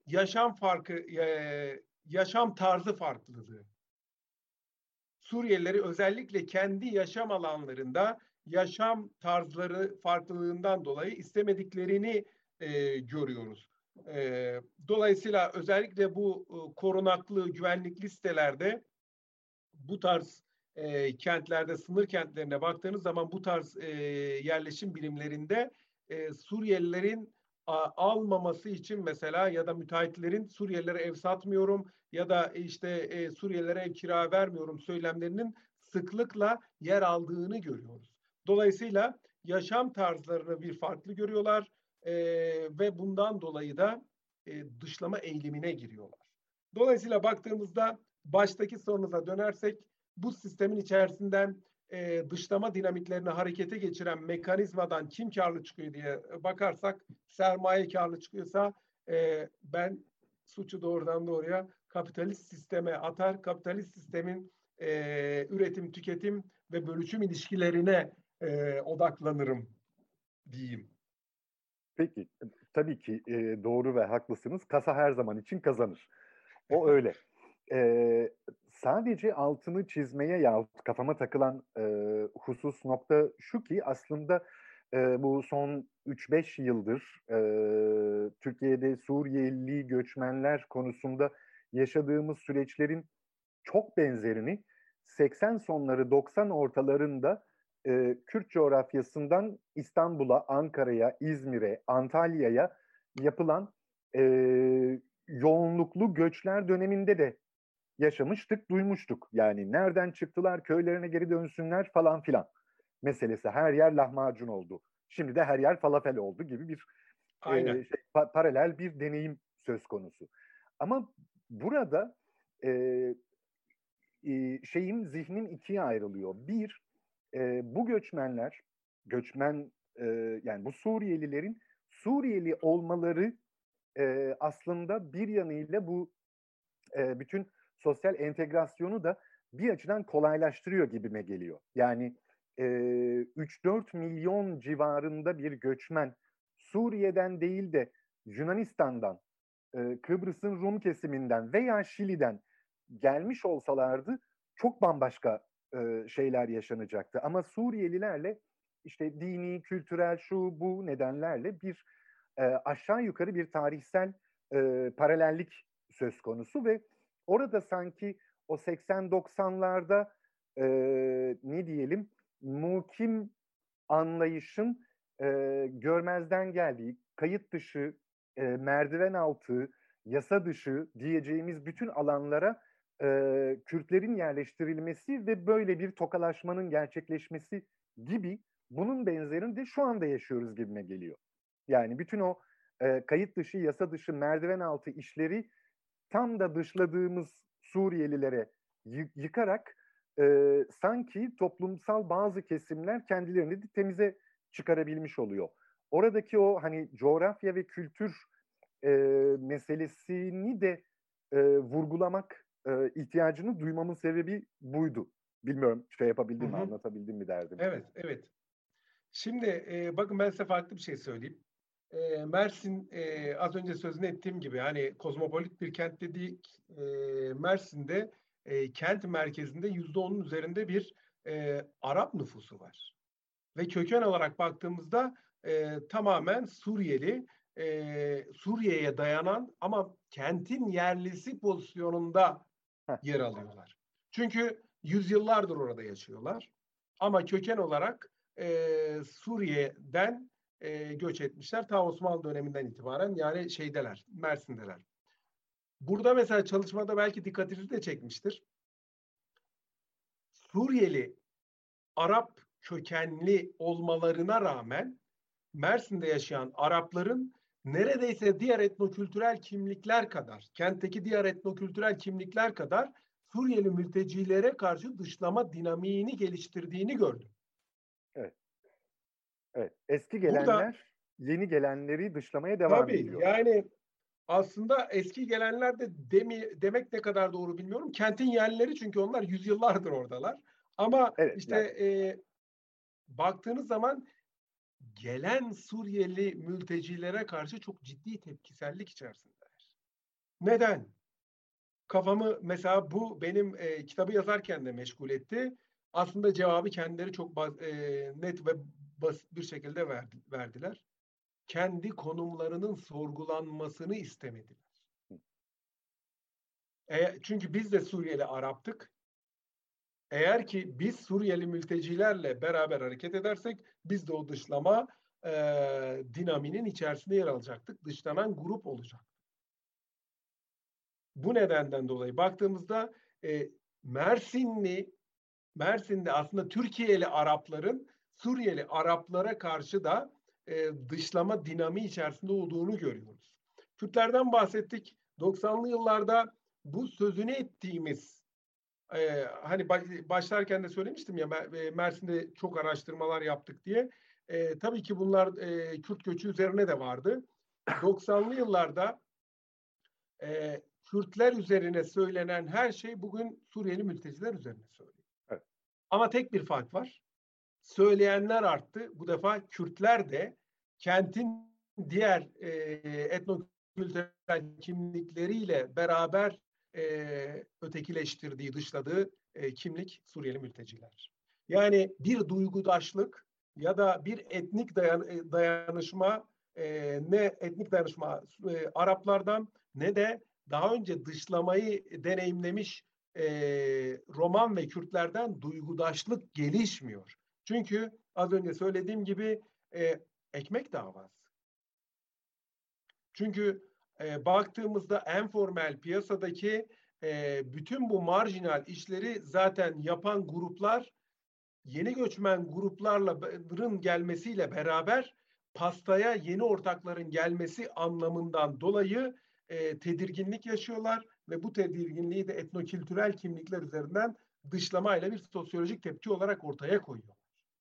yaşam tarzı farklılığı. Suriyelileri özellikle kendi yaşam alanlarında yaşam tarzları farklılığından dolayı istemediklerini görüyoruz. Dolayısıyla özellikle bu korunaklı güvenlikli sitelerde bu tarz kentlerde, sınır kentlerine baktığınız zaman bu tarz yerleşim birimlerinde Suriyelilerin almaması için mesela ya da müteahhitlerin Suriyelilere ev satmıyorum ya da işte Suriyelilere ev kira vermiyorum söylemlerinin sıklıkla yer aldığını görüyoruz. Dolayısıyla yaşam tarzlarını bir farklı görüyorlar ve bundan dolayı da dışlama eğilimine giriyorlar. Dolayısıyla baktığımızda baştaki sorunuza dönersek bu sistemin içerisinden dışlama dinamiklerini harekete geçiren mekanizmadan kim karlı çıkıyor diye bakarsak sermaye karlı çıkıyorsa ben suçu doğrudan doğruya kapitalist sisteme atar, kapitalist sistemin üretim, tüketim ve bölüşüm ilişkilerine odaklanırım diyeyim. Peki, tabii ki doğru ve haklısınız. Kasa her zaman için kazanır. O öyle. Sadece altını çizmeye yahut kafama takılan husus nokta şu ki aslında bu son 3-5 yıldır Türkiye'de Suriyeli göçmenler konusunda yaşadığımız süreçlerin çok benzerini 80 sonları 90 ortalarında Kürt coğrafyasından İstanbul'a, Ankara'ya, İzmir'e, Antalya'ya yapılan yoğunluklu göçler döneminde de yaşamıştık, duymuştuk. Yani nereden çıktılar, köylerine geri dönsünler falan filan meselesi. Her yer lahmacun oldu. Şimdi de her yer falafel oldu gibi bir paralel bir deneyim söz konusu. Ama burada zihnim ikiye ayrılıyor. Bir, bu göçmen yani bu Suriyelilerin Suriyeli olmaları aslında bir yanıyla bu bütün sosyal entegrasyonu da bir açıdan kolaylaştırıyor gibime geliyor. Yani 3-4 milyon civarında bir göçmen Suriye'den değil de Yunanistan'dan, Kıbrıs'ın Rum kesiminden veya Şili'den gelmiş olsalardı çok bambaşka şeyler yaşanacaktı. Ama Suriyelilerle işte dini, kültürel şu bu nedenlerle bir aşağı yukarı bir tarihsel paralellik söz konusu ve orada sanki o 80-90'larda ne diyelim muhkim anlayışın görmezden geldiği, kayıt dışı, merdiven altı, yasa dışı diyeceğimiz bütün alanlara Kürtlerin yerleştirilmesi ve böyle bir tokalaşmanın gerçekleşmesi gibi bunun benzerini de şu anda yaşıyoruz gibime geliyor. Yani bütün o kayıt dışı, yasa dışı, merdiven altı işleri tam da dışladığımız Suriyelilere yıkarak sanki toplumsal bazı kesimler kendilerini de temize çıkarabilmiş oluyor. Oradaki o hani coğrafya ve kültür meselesini de vurgulamak ihtiyacını duymamın sebebi buydu. Bilmiyorum şey yapabildim mi, anlatabildim mi derdim. Evet, evet. Şimdi bakın ben size farklı bir şey söyleyeyim. Mersin az önce sözünü ettiğim gibi hani kozmopolit bir kent dedik. Mersin'de kent merkezinde %10'un üzerinde bir Arap nüfusu var. Ve köken olarak baktığımızda tamamen Suriyeli, Suriye'ye dayanan ama kentin yerlisi pozisyonunda yer alıyorlar. Çünkü yüzyıllardır orada yaşıyorlar. Ama köken olarak Suriye'den göç etmişler. Ta Osmanlı döneminden itibaren yani şeydeler, Mersin'deler. Burada mesela çalışmada belki dikkatinizi de çekmiştir. Suriyeli Arap kökenli olmalarına rağmen Mersin'de yaşayan Arapların neredeyse diğer etnokültürel kimlikler kadar, kentteki diğer etnokültürel kimlikler kadar Suriyeli mültecilere karşı dışlama dinamiğini geliştirdiğini gördüm. Evet. Evet. Eski Burada gelenler yeni gelenleri dışlamaya devam tabii ediyor. yani aslında eski gelenler de demek ne kadar doğru bilmiyorum. Kentin yerlileri çünkü onlar yüzyıllardır oradalar. Ama Evet, işte yani. baktığınız zaman gelen Suriyeli mültecilere karşı çok ciddi tepkisellik içerisindeler. Neden? Kafamı mesela bu benim kitabı yazarken de meşgul etti. Aslında cevabı kendileri çok net ve basit bir şekilde verdiler. Kendi konumlarının sorgulanmasını istemediler. Çünkü biz de Suriyeli Araptık. Eğer ki biz Suriyeli mültecilerle beraber hareket edersek biz de o dışlama dinaminin içerisinde yer alacaktık. Dışlanan grup olacak. Bu nedenden dolayı baktığımızda Mersin'de aslında Türkiye'li Arapların Suriyeli Araplara karşı da dışlama dinamiği içerisinde olduğunu görüyoruz. Kürtlerden bahsettik. 90'lı yıllarda bu sözünü ettiğimiz hani başlarken de söylemiştim ya Mersin'de çok araştırmalar yaptık diye. Tabii ki bunlar Kürt göçü üzerine de vardı. 90'lı yıllarda Kürtler üzerine söylenen her şey bugün Suriyeli mülteciler üzerine söyleniyor. Evet. Ama tek bir fark var. Söyleyenler arttı. Bu defa Kürtler de kentin diğer etnokültürel kimlikleriyle beraber ötekileştirdiği, dışladığı kimlik Suriyeli mülteciler. Yani bir duygudaşlık ya da bir etnik dayanışma ne etnik dayanışma Araplardan ne de daha önce dışlamayı deneyimlemiş Roman ve Kürtlerden duygudaşlık gelişmiyor. Çünkü az önce söylediğim gibi ekmek davası. Çünkü baktığımızda en formel piyasadaki bütün bu marjinal işleri zaten yapan gruplar yeni göçmen grupların gelmesiyle beraber pastaya yeni ortakların gelmesi anlamından dolayı tedirginlik yaşıyorlar ve bu tedirginliği de etnokültürel kimlikler üzerinden dışlamayla bir sosyolojik tepki olarak ortaya koyuyor.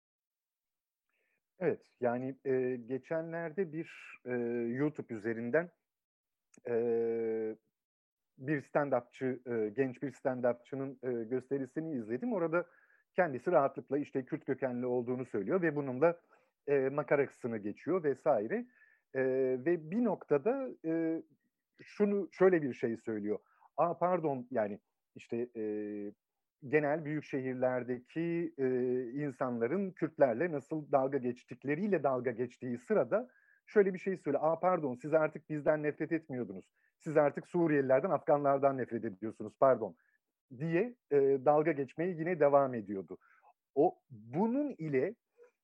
Evet, yani geçenlerde bir YouTube üzerinden bir stand-upçı, genç bir stand-upçının gösterisini izledim. Orada kendisi rahatlıkla işte Kürt kökenli olduğunu söylüyor ve bunun da makarasını geçiyor vesaire. Ve bir noktada şöyle bir şey söylüyor. Pardon, yani işte genel büyük şehirlerdeki insanların Kürtlerle nasıl dalga geçtikleriyle dalga geçtiği sırada şöyle bir şey söylüyor. Pardon, siz artık bizden nefret etmiyordunuz. Siz artık Suriyelilerden, Afganlardan nefret ediyorsunuz, pardon diye dalga geçmeye yine devam ediyordu. Bunun ile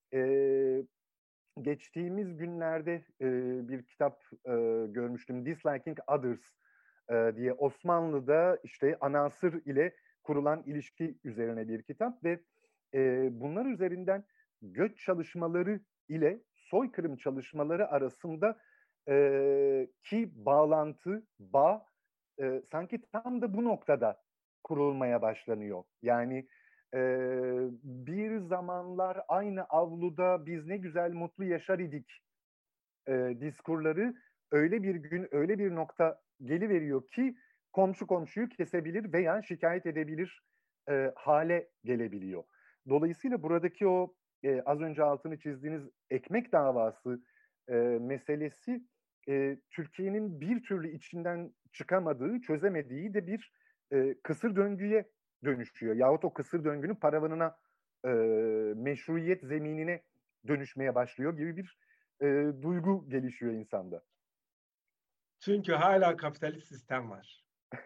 geçtiğimiz günlerde bir kitap görmüştüm. Disliking Others diye, Osmanlı'da işte anasır ile kurulan ilişki üzerine bir kitap ve bunlar üzerinden göç çalışmaları ile soykırım çalışmaları arasında ki bağ sanki tam da bu noktada kurulmaya başlanıyor. Yani bir zamanlar aynı avluda biz ne güzel mutlu yaşar idik diskurları öyle bir gün, öyle bir nokta geliveriyor ki komşu komşuyu kesebilir veya şikayet edebilir hale gelebiliyor. Dolayısıyla buradaki o az önce altını çizdiğiniz ekmek davası meselesi Türkiye'nin bir türlü içinden çıkamadığı, çözemediği de bir kısır döngüye dönüşüyor. Yahut o kısır döngünün paravanına, meşruiyet zeminine dönüşmeye başlıyor gibi bir duygu gelişiyor insanda. Çünkü hala kapitalist sistem var.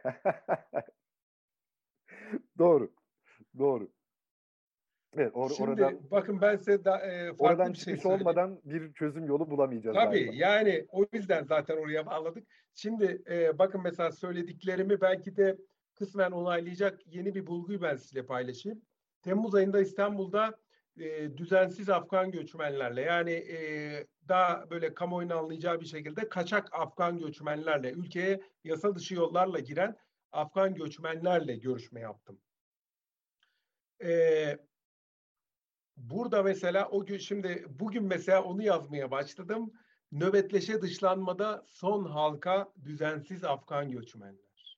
Doğru. Evet, Şimdi oradan, bakın ben size farklı bir şey çıkış söyleyeyim. olmadan bir çözüm yolu bulamayacağız Tabii galiba. yani o yüzden zaten oraya bağladık. Şimdi bakın mesela söylediklerimi belki de kısmen onaylayacak yeni bir bulguyu ben sizinle paylaşayım. Temmuz ayında İstanbul'da düzensiz Afgan göçmenlerle, yani daha böyle kamuoyunun anlayacağı bir şekilde kaçak Afgan göçmenlerle, ülkeye yasa dışı yollarla giren Afgan göçmenlerle görüşme yaptım. Burada mesela şimdi bugün mesela onu yazmaya başladım. Nöbetleşe dışlanmada son halka düzensiz Afgan göçmenler.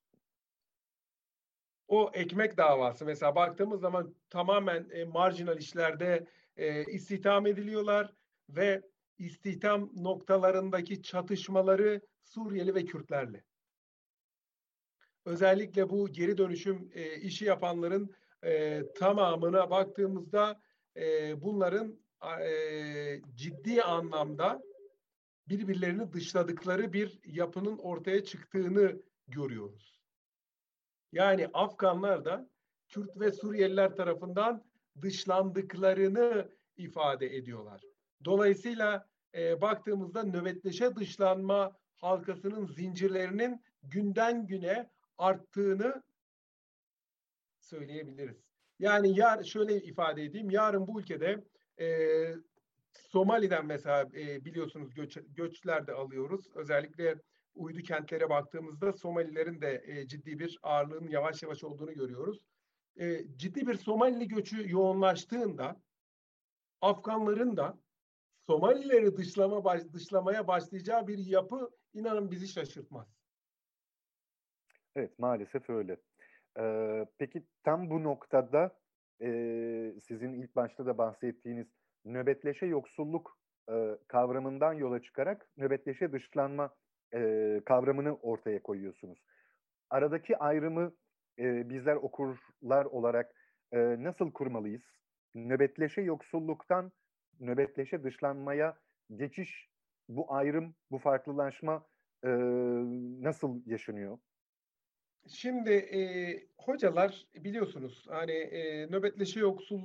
O ekmek davası mesela baktığımız zaman tamamen marjinal işlerde istihdam ediliyorlar ve istihdam noktalarındaki çatışmaları Suriyeli ve Kürtlerle. Özellikle bu geri dönüşüm işi yapanların tamamına baktığımızda bunların ciddi anlamda birbirlerini dışladıkları bir yapının ortaya çıktığını görüyoruz. Yani Afganlar da Kürt ve Suriyeliler tarafından dışlandıklarını ifade ediyorlar. Dolayısıyla baktığımızda nöbetleşe dışlanma halkasının zincirlerinin günden güne arttığını söyleyebiliriz. Yani şöyle ifade edeyim, yarın bu ülkede Somali'den mesela biliyorsunuz göçler de alıyoruz. Özellikle uydu kentlere baktığımızda Somalilerin de ciddi bir ağırlığın yavaş yavaş olduğunu görüyoruz. Ciddi bir Somalili göçü yoğunlaştığında Afganların da Somalileri dışlamaya başlayacağı bir yapı inanın bizi şaşırtmaz. Evet, maalesef öyle. Peki tam bu noktada sizin ilk başta da bahsettiğiniz nöbetleşe yoksulluk kavramından yola çıkarak nöbetleşe dışlanma kavramını ortaya koyuyorsunuz. Aradaki ayrımı bizler okurlar olarak nasıl kurmalıyız? Nöbetleşe yoksulluktan nöbetleşe dışlanmaya geçiş, bu ayrım, bu farklılaşma nasıl yaşanıyor? Şimdi hocalar biliyorsunuz hani nöbetleşe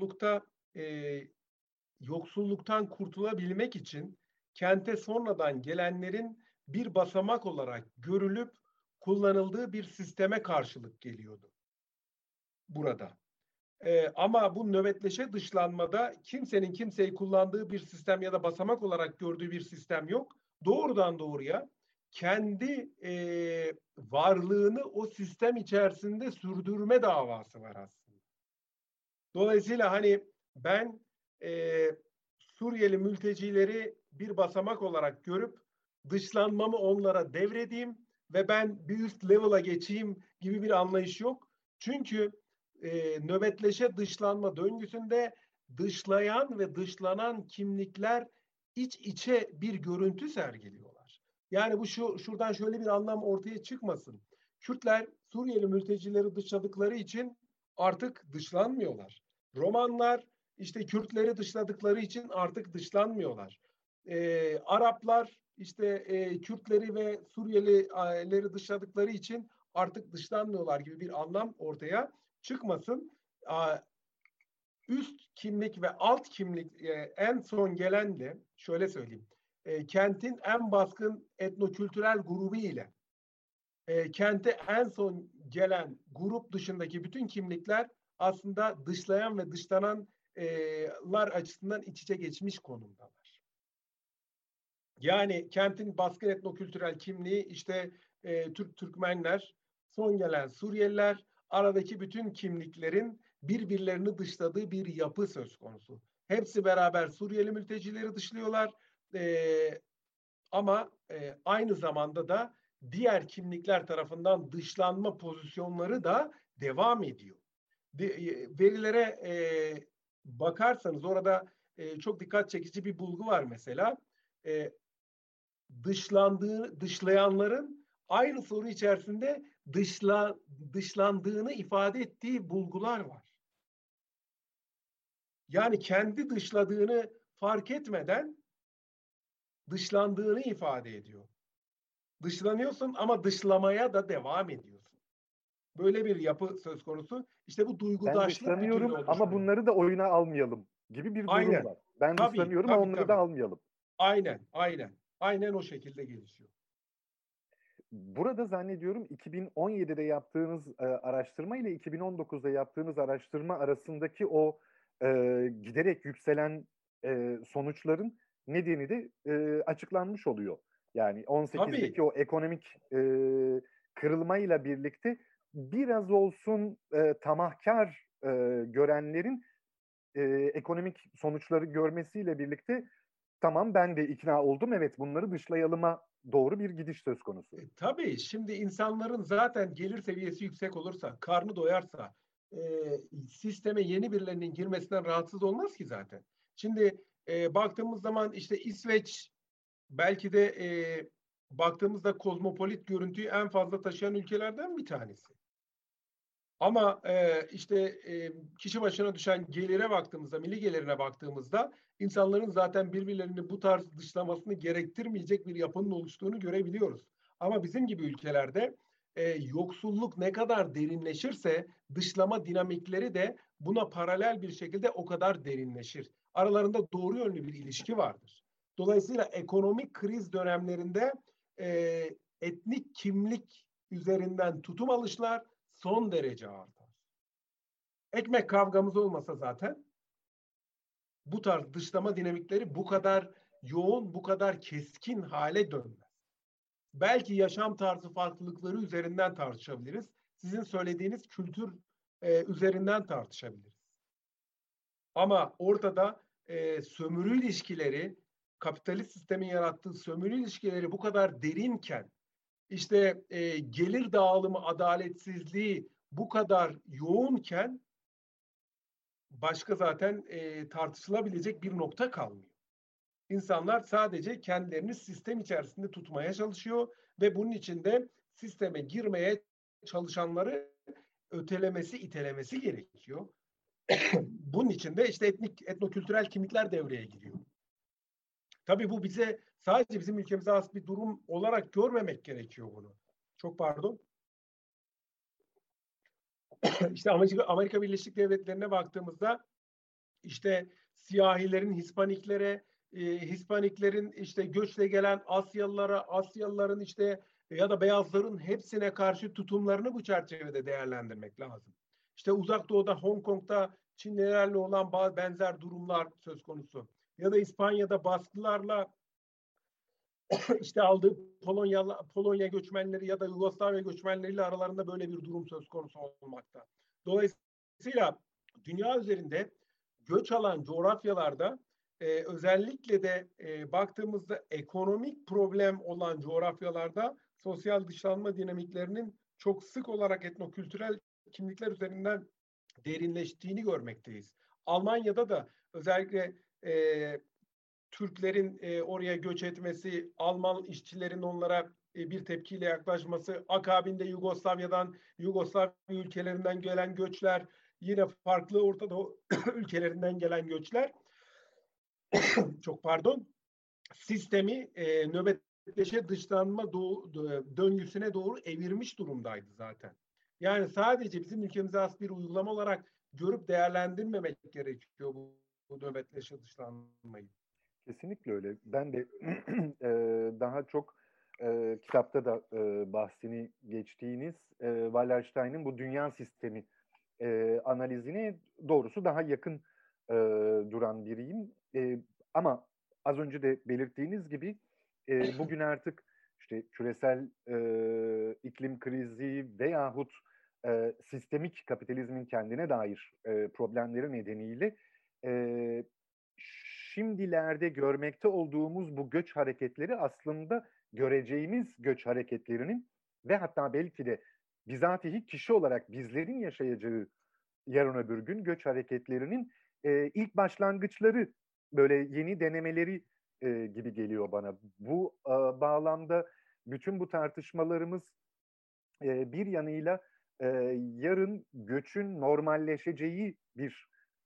yoksulluktan kurtulabilmek için kente sonradan gelenlerin bir basamak olarak görülüp kullanıldığı bir sisteme karşılık geliyordu burada. Ama bu nöbetleşe dışlanmada kimsenin kimseyi kullandığı bir sistem ya da basamak olarak gördüğü bir sistem yok. Doğrudan doğruya kendi varlığını o sistem içerisinde sürdürme davası var aslında. Dolayısıyla hani ben Suriyeli mültecileri bir basamak olarak görüp dışlanmamı onlara devredeyim ve ben bir üst level'a geçeyim gibi bir anlayış yok. Çünkü nöbetleşe dışlanma döngüsünde dışlayan ve dışlanan kimlikler iç içe bir görüntü sergiliyorlar. Yani bu şuradan şöyle bir anlam ortaya çıkmasın. Kürtler Suriyeli mültecileri dışladıkları için artık dışlanmıyorlar. Romanlar işte Kürtleri dışladıkları için artık dışlanmıyorlar. Araplar işte Kürtleri ve Suriyelileri dışladıkları için artık dışlanmıyorlar gibi bir anlam ortaya çıkmasın. Üst kimlik ve alt kimlik en son gelen de şöyle söyleyeyim. Kentin en baskın etnokültürel grubu ile kente en son gelen grup dışındaki bütün kimlikler aslında dışlayan ve dışlananlar açısından iç içe geçmiş konumdalar. Yani kentin baskın etnokültürel kimliği işte Türkmenler, son gelen Suriyeliler, aradaki bütün kimliklerin birbirlerini dışladığı bir yapı söz konusu. Hepsi beraber Suriyeli mültecileri dışlıyorlar ama aynı zamanda da diğer kimlikler tarafından dışlanma pozisyonları da devam ediyor. Verilere bakarsanız orada çok dikkat çekici bir bulgu var mesela. Dışlayanların aynı soru içerisinde dışlandığını ifade ettiği bulgular var. Yani kendi dışladığını fark etmeden dışlandığını ifade ediyor. Dışlanıyorsun ama dışlamaya da devam ediyorsun. Böyle bir yapı söz konusu. İşte bu Ben duygudaşlık bütünlüğü dışlanıyorum ama oluşturuyor. bunları da oyuna almayalım gibi bir durum Aynen. var. Ben Tabii, dışlanıyorum ama tabii, onları da tabii. almayalım. Aynen, aynen. Aynen o şekilde gelişiyor. Burada zannediyorum 2017'de yaptığınız araştırma ile 2019'da yaptığınız araştırma arasındaki o giderek yükselen sonuçların nedeni de açıklanmış oluyor. Yani 18'deki Tabii. o ekonomik kırılmayla birlikte biraz olsun tamahkar görenlerin ekonomik sonuçları görmesiyle birlikte tamam ben de ikna oldum, evet bunları dışlayalıma doğru bir gidiş söz konusu. Tabii şimdi insanların zaten gelir seviyesi yüksek olursa, karnı doyarsa sisteme yeni birilerinin girmesinden rahatsız olmaz ki zaten. Şimdi baktığımız zaman işte İsveç belki de baktığımızda kozmopolit görüntüyü en fazla taşıyan ülkelerden bir tanesi. Ama işte kişi başına düşen gelire baktığımızda, milli gelirine baktığımızda insanların zaten birbirlerini bu tarz dışlamasını gerektirmeyecek bir yapının oluştuğunu görebiliyoruz. Ama bizim gibi ülkelerde yoksulluk ne kadar derinleşirse dışlama dinamikleri de buna paralel bir şekilde o kadar derinleşir. Aralarında doğru yönlü bir ilişki vardır. Dolayısıyla ekonomik kriz dönemlerinde etnik kimlik üzerinden tutum alışlar son derece artar. Ekmek kavgamız olmasa zaten bu tarz dışlama dinamikleri bu kadar yoğun, bu kadar keskin hale dönmez. Belki yaşam tarzı farklılıkları üzerinden tartışabiliriz. Sizin söylediğiniz kültür üzerinden tartışabiliriz. Ama ortada sömürü ilişkileri, kapitalist sistemin yarattığı sömürü ilişkileri bu kadar derinken, işte gelir dağılımı adaletsizliği bu kadar yoğunken başka zaten tartışılabilecek bir nokta kalmıyor. İnsanlar sadece kendilerini sistem içerisinde tutmaya çalışıyor ve bunun içinde sisteme girmeye çalışanları ötelemesi, itelemesi gerekiyor. Bunun içinde işte etnokültürel kimlikler devreye giriyor. Tabii bu sadece bizim ülkemize has bir durum olarak görmemek gerekiyor bunu. Çok pardon. İşte Amerika Birleşik Devletleri'ne baktığımızda işte siyahilerin Hispaniklerin işte göçle gelen Asyalıların işte ya da beyazların hepsine karşı tutumlarını bu çerçevede değerlendirmek lazım. İşte Uzak Doğu'da, Hong Kong'da Çinlilerle olan benzer durumlar söz konusu. Ya da İspanya'da baskılarla işte aldığı Polonya göçmenleri ya da Yugoslavya göçmenleriyle aralarında böyle bir durum söz konusu olmakta. Dolayısıyla dünya üzerinde göç alan coğrafyalarda özellikle de baktığımızda ekonomik problem olan coğrafyalarda sosyal dışlanma dinamiklerinin çok sık olarak etnokültürel kimlikler üzerinden derinleştiğini görmekteyiz. Almanya'da da özellikle Türklerin oraya göç etmesi, Alman işçilerin onlara bir tepkiyle yaklaşması, akabinde Yugoslavya ülkelerinden gelen göçler, yine farklı Orta Doğu ülkelerinden gelen göçler, çok pardon, sistemi nöbetleşe dışlanma döngüsüne doğru evirmiş durumdaydı zaten. Yani sadece bizim ülkemize has bir uygulama olarak görüp değerlendirmemek gerekiyor bu nöbetleşe dışlanmayı. Kesinlikle öyle. Ben de daha çok kitapta da bahsini geçtiğiniz Wallerstein'in bu dünya sistemi analizine doğrusu daha yakın duran biriyim. Ama az önce de belirttiğiniz gibi bugün artık işte küresel iklim krizi veyahut sistemik kapitalizmin kendine dair problemleri nedeniyle şimdilerde görmekte olduğumuz bu göç hareketleri aslında göreceğimiz göç hareketlerinin ve hatta belki de bizatihi kişi olarak bizlerin yaşayacağı yarın öbür gün göç hareketlerinin ilk başlangıçları, böyle yeni denemeleri gibi geliyor bana. Bu bağlamda bütün bu tartışmalarımız bir yanıyla yarın göçün normalleşeceği bir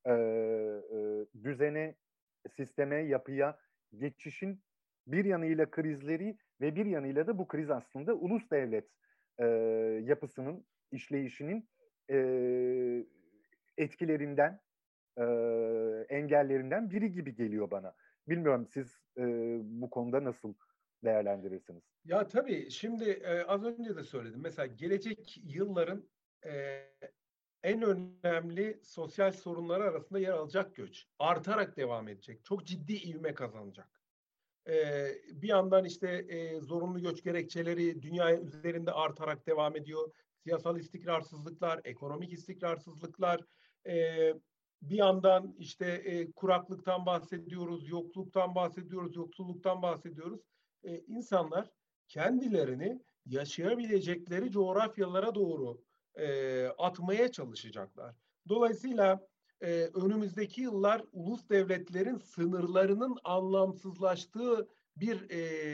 düzene, sisteme, yapıya geçişin bir yanıyla krizleri ve bir yanıyla da bu kriz aslında ulus devlet yapısının, işleyişinin etkilerinden, engellerinden biri gibi geliyor bana. Bilmiyorum, siz bu konuda nasıl değerlendirirsiniz? Ya tabii şimdi az önce de söyledim. Mesela gelecek yılların en önemli sosyal sorunları arasında yer alacak göç. Artarak devam edecek. Çok ciddi ivme kazanacak. Bir yandan işte zorunlu göç gerekçeleri dünya üzerinde artarak devam ediyor. Siyasal istikrarsızlıklar, ekonomik istikrarsızlıklar, bir yandan işte kuraklıktan bahsediyoruz, yokluktan bahsediyoruz, yoksulluktan bahsediyoruz. İnsanlar kendilerini yaşayabilecekleri coğrafyalara doğru atmaya çalışacaklar. Dolayısıyla önümüzdeki yıllar ulus devletlerin sınırlarının anlamsızlaştığı bir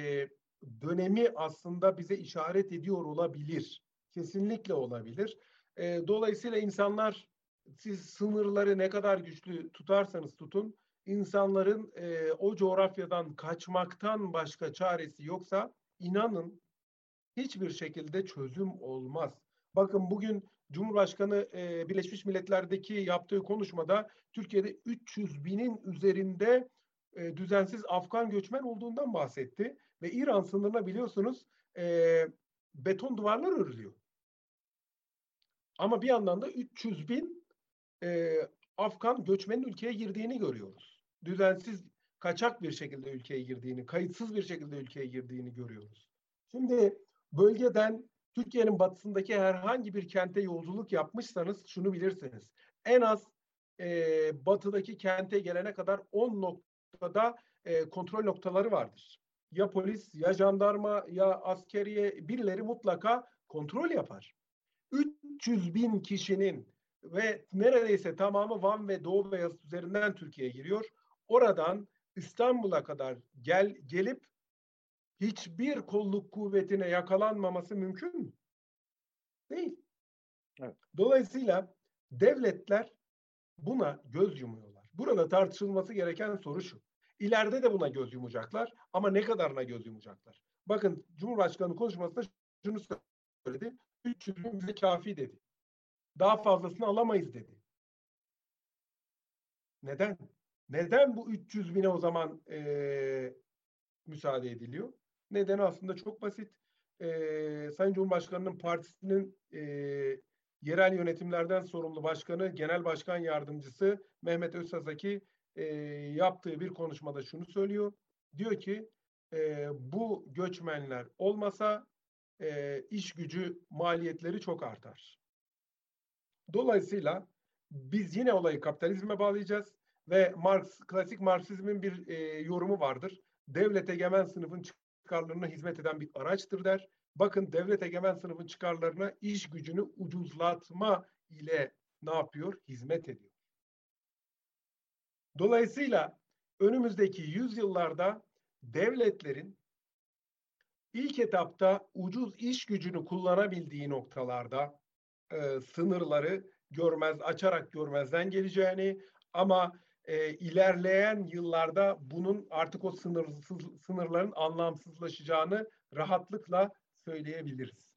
dönemi aslında bize işaret ediyor olabilir. Kesinlikle olabilir. Dolayısıyla insanlar, siz sınırları ne kadar güçlü tutarsanız tutun, insanların o coğrafyadan kaçmaktan başka çaresi yoksa inanın hiçbir şekilde çözüm olmaz. Bakın bugün Cumhurbaşkanı Birleşmiş Milletler'deki yaptığı konuşmada Türkiye'de 300 binin üzerinde düzensiz Afgan göçmen olduğundan bahsetti. Ve İran sınırına biliyorsunuz beton duvarlar örülüyor. Ama bir yandan da 300 bin Afgan göçmenin ülkeye girdiğini görüyoruz. Düzensiz, kaçak bir şekilde ülkeye girdiğini, kayıtsız bir şekilde ülkeye girdiğini görüyoruz. Şimdi bölgeden Türkiye'nin batısındaki herhangi bir kente yolculuk yapmışsanız şunu bilirsiniz. En az batıdaki kente gelene kadar 10 noktada kontrol noktaları vardır. Ya polis, ya jandarma, ya askeriye, birileri mutlaka kontrol yapar. 300 bin kişinin ve neredeyse tamamı Van ve Doğu Beyazıt üzerinden Türkiye'ye giriyor. Oradan İstanbul'a kadar gelip hiçbir kolluk kuvvetine yakalanmaması mümkün mü? Değil. Evet. Dolayısıyla devletler buna göz yumuyorlar. Burada tartışılması gereken soru şu. İleride de buna göz yumacaklar ama ne kadarına göz yumacaklar? Bakın Cumhurbaşkanı konuşmasında şunu söyledi. 300 bin bize kafi dedi. Daha fazlasını alamayız dedi. Neden? Neden bu 300 bine o zaman müsaade ediliyor? Nedeni aslında çok basit. Sayın Cumhurbaşkanı'nın partisinin yerel yönetimlerden sorumlu başkanı, genel başkan yardımcısı Mehmet Özsasaki yaptığı bir konuşmada şunu söylüyor. Diyor ki bu göçmenler olmasa iş gücü maliyetleri çok artar. Dolayısıyla biz yine olayı kapitalizme bağlayacağız Ve klasik Marksizmin bir yorumu vardır. Devlet egemen sınıfın çıkarlarına hizmet eden bir araçtır der. Bakın devlet egemen sınıfın çıkarlarına iş gücünü ucuzlatma ile ne yapıyor? Hizmet ediyor. Dolayısıyla önümüzdeki yüzyıllarda devletlerin ilk etapta ucuz iş gücünü kullanabildiği noktalarda sınırları açarak görmezden geleceğini ama ilerleyen yıllarda bunun artık o sınırların anlamsızlaşacağını rahatlıkla söyleyebiliriz.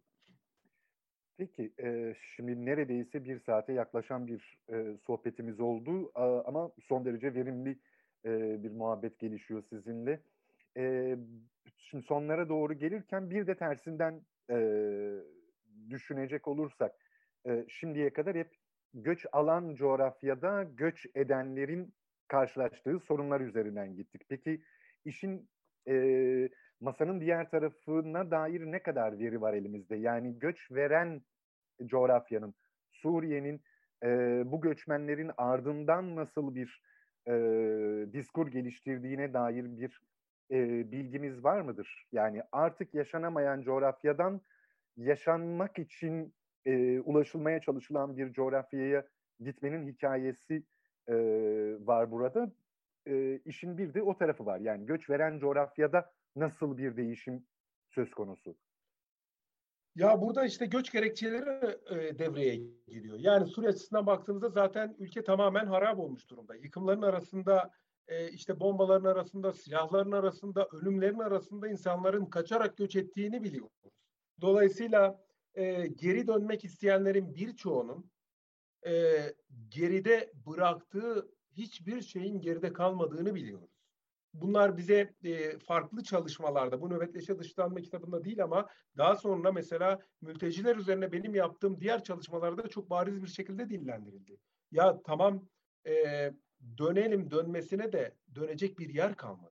Peki, şimdi neredeyse bir saate yaklaşan bir sohbetimiz oldu ama son derece verimli bir muhabbet gelişiyor sizinle. Şimdi sonlara doğru gelirken bir de tersinden düşünecek olursak, şimdiye kadar hep göç alan coğrafyada göç edenlerin karşılaştığı sorunlar üzerinden gittik. Peki işin masanın diğer tarafına dair ne kadar veri var elimizde? Yani göç veren coğrafyanın, Suriye'nin bu göçmenlerin ardından nasıl bir diskur geliştirdiğine dair bir bilgimiz var mıdır? Yani artık yaşanamayan coğrafyadan yaşanmak için ulaşılmaya çalışılan bir coğrafyaya gitmenin hikayesi var burada. İşin bir de o tarafı var. Yani göç veren coğrafyada nasıl bir değişim söz konusu? Ya burada işte göç gerekçeleri devreye giriyor. Yani Suriye açısından baktığımızda zaten ülke tamamen harap olmuş durumda. Yıkımların arasında, işte bombaların arasında, silahların arasında, ölümlerin arasında insanların kaçarak göç ettiğini biliyoruz. Dolayısıyla geri dönmek isteyenlerin birçoğunun geride bıraktığı hiçbir şeyin geride kalmadığını biliyoruz. Bunlar bize farklı çalışmalarda, bu Nöbetleşe Dışlanma kitabında değil ama daha sonra mesela mülteciler üzerine benim yaptığım diğer çalışmalarda çok bariz bir şekilde dillendirildi. Ya tamam, dönmesine de dönecek bir yer kalmadı.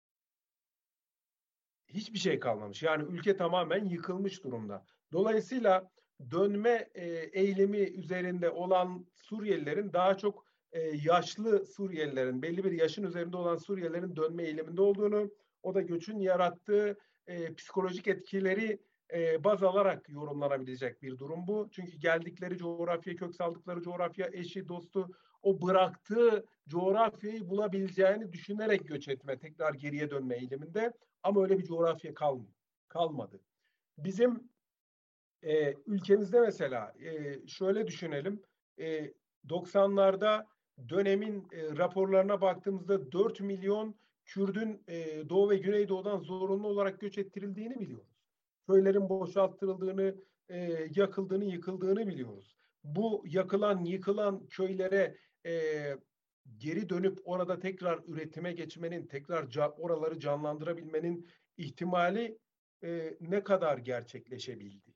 Hiçbir şey kalmamış. Yani ülke tamamen yıkılmış durumda. Dolayısıyla dönme eylemi üzerinde olan Suriyelilerin daha çok yaşlı Suriyelilerin, belli bir yaşın üzerinde olan Suriyelilerin dönme eyleminde olduğunu, o da göçün yarattığı psikolojik etkileri baz alarak yorumlanabilecek bir durum bu. Çünkü geldikleri coğrafya, kök saldıkları coğrafya, eşi, dostu, o bıraktığı coğrafyayı bulabileceğini düşünerek göç etme, tekrar geriye dönme eyleminde. Ama öyle bir coğrafya kalmadı. Bizim ülkemizde mesela şöyle düşünelim. 90'larda dönemin raporlarına baktığımızda 4 milyon Kürdün Doğu ve Güneydoğu'dan zorunlu olarak göç ettirildiğini biliyoruz. Köylerin boşalttırıldığını, yakıldığını, yıkıldığını biliyoruz. Bu yıkılan köylere geri dönüp orada tekrar üretime geçmenin, tekrar oraları canlandırabilmenin ihtimali ne kadar gerçekleşebildi?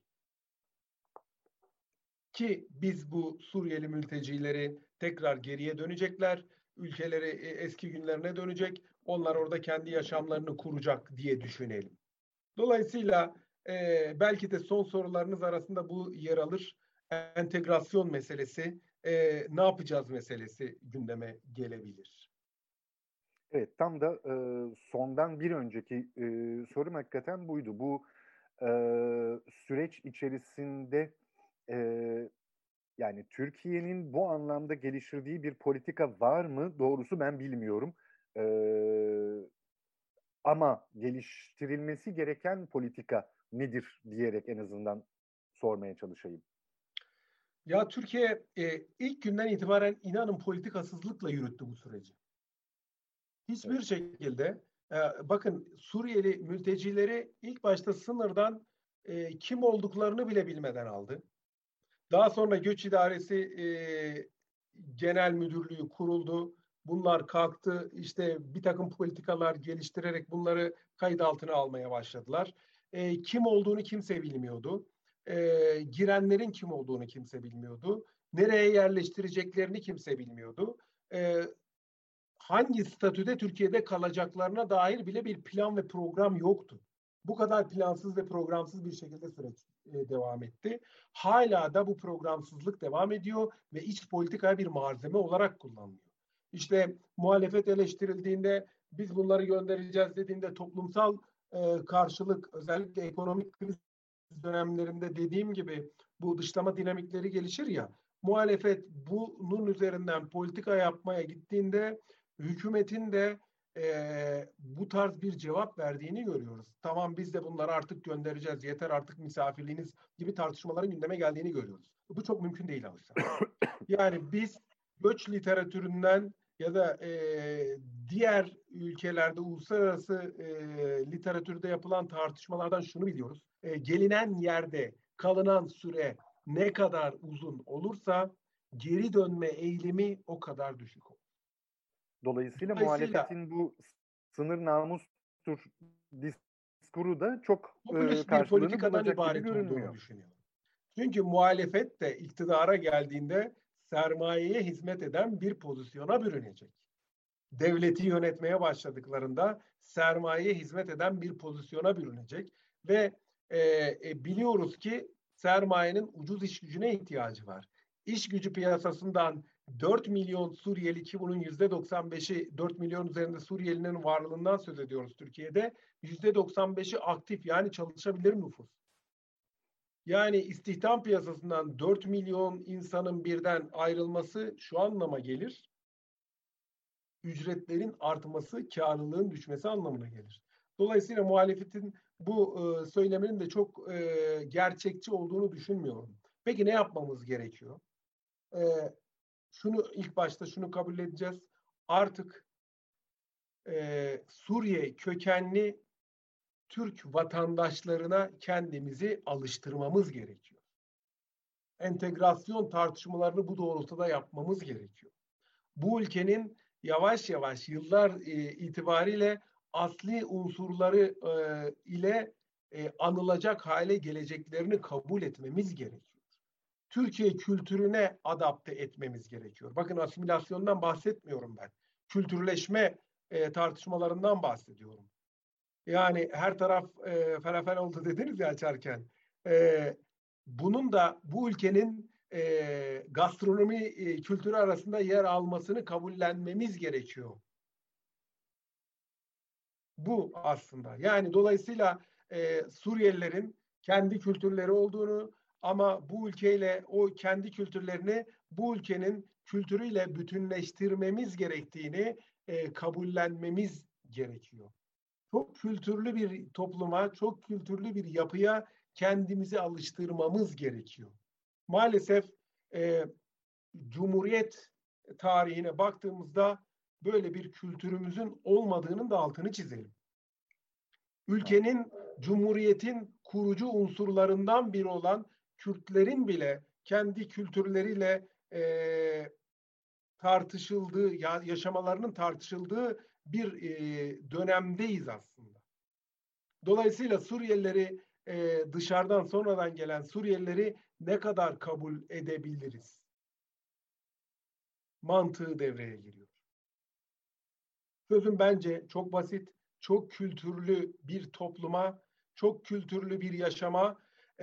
Ki biz bu Suriyeli mültecileri tekrar geriye dönecekler, ülkeleri eski günlerine dönecek, onlar orada kendi yaşamlarını kuracak diye düşünelim. Dolayısıyla belki de son sorularınız arasında bu yer alır. Entegrasyon meselesi, ne yapacağız meselesi gündeme gelebilir. Evet, tam da sondan bir önceki sorum hakikaten buydu. Bu süreç içerisinde yani Türkiye'nin bu anlamda geliştirdiği bir politika var mı? Doğrusu ben bilmiyorum. Ama geliştirilmesi gereken politika nedir diyerek en azından sormaya çalışayım. Ya Türkiye ilk günden itibaren inanın politikasızlıkla yürüttü bu süreci. Hiçbir şekilde bakın Suriyeli mültecileri ilk başta sınırdan kim olduklarını bile bilmeden aldı. Daha sonra Göç İdaresi Genel Müdürlüğü kuruldu. Bunlar kalktı. İşte bir takım politikalar geliştirerek bunları kayıt altına almaya başladılar. Kim olduğunu kimse bilmiyordu. Girenlerin kim olduğunu kimse bilmiyordu. Nereye yerleştireceklerini kimse bilmiyordu. Hangi statüde Türkiye'de kalacaklarına dair bile bir plan ve program yoktu. Bu kadar plansız ve programsız bir şekilde süreç devam etti. Hala da bu programsızlık devam ediyor ve iç politikaya bir malzeme olarak kullanılıyor. İşte muhalefet eleştirildiğinde biz bunları göndereceğiz dediğinde toplumsal karşılık, özellikle ekonomik kriz dönemlerinde dediğim gibi bu dışlama dinamikleri gelişir ya, muhalefet bunun üzerinden politika yapmaya gittiğinde hükümetin de bu tarz bir cevap verdiğini görüyoruz. Tamam, biz de bunları artık göndereceğiz, yeter artık misafirliğiniz gibi tartışmaların gündeme geldiğini görüyoruz. Bu çok mümkün değil oysa. Yani biz göç literatüründen ya da diğer ülkelerde uluslararası literatürde yapılan tartışmalardan şunu biliyoruz. Gelinen yerde kalınan süre ne kadar uzun olursa geri dönme eğilimi o kadar düşük olur. Dolayısıyla muhalefetin bu sınır namustur diskuru da çok popülist bir karşılığını politikadan bulacak gibi ibaret olduğunu görünmüyor. düşünüyorum. Çünkü muhalefet de iktidara geldiğinde sermayeye hizmet eden bir pozisyona bürünecek. Devleti yönetmeye başladıklarında sermayeye hizmet eden bir pozisyona bürünecek ve biliyoruz ki sermayenin ucuz iş gücüne ihtiyacı var. İş gücü piyasasından 4 milyon Suriyeli, ki bunun %95'i 4 milyon üzerinde Suriyelinin varlığından söz ediyoruz Türkiye'de. %95'i aktif, yani çalışabilir nüfus. Yani istihdam piyasasından 4 milyon insanın birden ayrılması şu anlama gelir: ücretlerin artması, karlılığın düşmesi anlamına gelir. Dolayısıyla muhalefetin bu söyleminin de çok gerçekçi olduğunu düşünmüyorum. Peki ne yapmamız gerekiyor? İlk başta şunu kabul edeceğiz. Artık Suriye kökenli Türk vatandaşlarına kendimizi alıştırmamız gerekiyor. Entegrasyon tartışmalarını bu doğrultuda yapmamız gerekiyor. Bu ülkenin yavaş yavaş yıllar itibariyle asli unsurları ile anılacak hale geleceklerini kabul etmemiz gerekiyor. Türkiye kültürüne adapte etmemiz gerekiyor. Bakın, asimilasyondan bahsetmiyorum ben. Kültürleşme tartışmalarından bahsediyorum. Yani her taraf falafel oldu dediniz ya açarken. Bunun da bu ülkenin gastronomi kültürü arasında yer almasını kabullenmemiz gerekiyor. Bu aslında. Yani dolayısıyla Suriyelilerin kendi kültürleri olduğunu ama bu ülkeyle o kendi kültürlerini bu ülkenin kültürüyle bütünleştirmemiz gerektiğini kabullenmemiz gerekiyor. Çok kültürlü bir topluma, çok kültürlü bir yapıya kendimizi alıştırmamız gerekiyor. Maalesef Cumhuriyet tarihine baktığımızda böyle bir kültürümüzün olmadığının da altını çizelim. Ülkenin, Cumhuriyet'in kurucu unsurlarından biri olan Kürtlerin bile kendi kültürleriyle tartışıldığı, yaşamalarının tartışıldığı bir dönemdeyiz aslında. Dolayısıyla Suriyelileri, dışarıdan sonradan gelen Suriyelileri ne kadar kabul edebiliriz mantığı devreye giriyor. Sözüm bence çok basit. Çok kültürlü bir topluma, çok kültürlü bir yaşama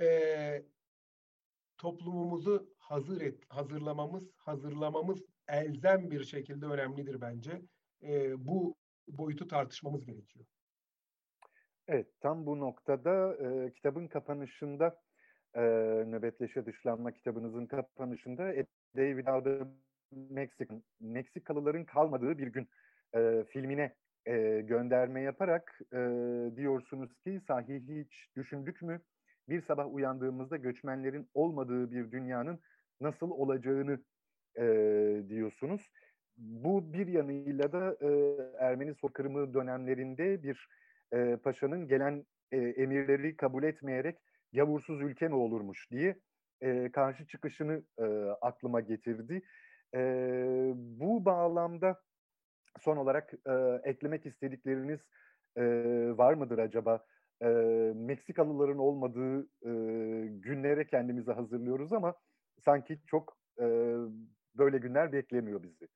toplumumuzu hazırlamamız elzem bir şekilde önemlidir bence. Bu boyutu tartışmamız gerekiyor. Evet, tam bu noktada kitabın kapanışında, Nöbetleşe Dışlanma kitabınızın kapanışında "A Day Without a Mexican", Meksikalıların kalmadığı bir gün filmine gönderme yaparak diyorsunuz ki, sahi hiç düşündük mü bir sabah uyandığımızda göçmenlerin olmadığı bir dünyanın nasıl olacağını diyorsunuz. Bu bir yanıyla da Ermeni soykırımı dönemlerinde bir paşanın gelen emirleri kabul etmeyerek yavursuz ülke mi olurmuş diye karşı çıkışını aklıma getirdi. Bu bağlamda son olarak eklemek istedikleriniz var mıdır acaba? Meksikalıların olmadığı günlere kendimizi hazırlıyoruz ama sanki çok böyle günler beklemiyor bizi.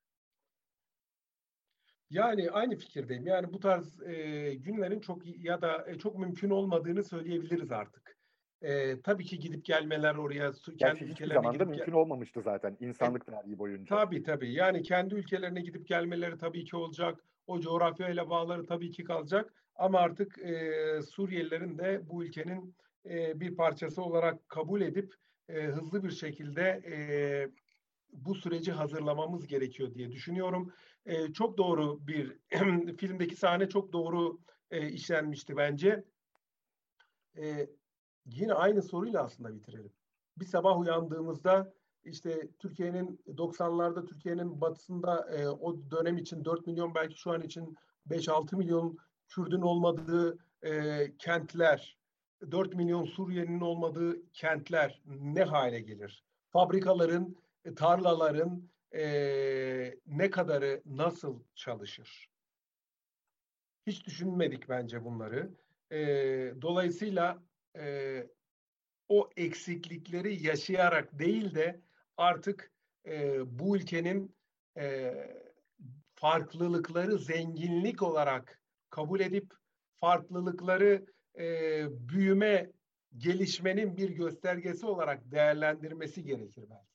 Yani aynı fikirdeyim. Yani bu tarz günlerin çok ya da çok mümkün olmadığını söyleyebiliriz artık. Tabii ki gidip gelmeler oraya, kendi Gerçi hiçbir ülkelerine zaman da gidip mümkün olmamıştı zaten e, insanlık tarihi boyunca. tabii. Yani kendi ülkelerine gidip gelmeleri tabii ki olacak. O coğrafyayla bağları tabii ki kalacak. Ama artık Suriyelilerin de bu ülkenin bir parçası olarak kabul edip hızlı bir şekilde bu süreci hazırlamamız gerekiyor diye düşünüyorum. Çok doğru bir filmdeki sahne çok doğru işlenmişti bence. E, Yine aynı soruyla aslında bitirelim. Bir sabah uyandığımızda işte Türkiye'nin 90'larda Türkiye'nin batısında o dönem için 4 milyon belki şu an için 5-6 milyon Kürdün olmadığı kentler, 4 milyon Suriyelinin olmadığı kentler ne hale gelir? Fabrikaların, tarlaların ne kadarı nasıl çalışır? Hiç düşünmedik bence bunları. Dolayısıyla e, o eksiklikleri yaşayarak değil de artık bu ülkenin e, farklılıkları zenginlik olarak kabul edip farklılıkları büyüme, gelişmenin bir göstergesi olarak değerlendirmesi gerekir belki.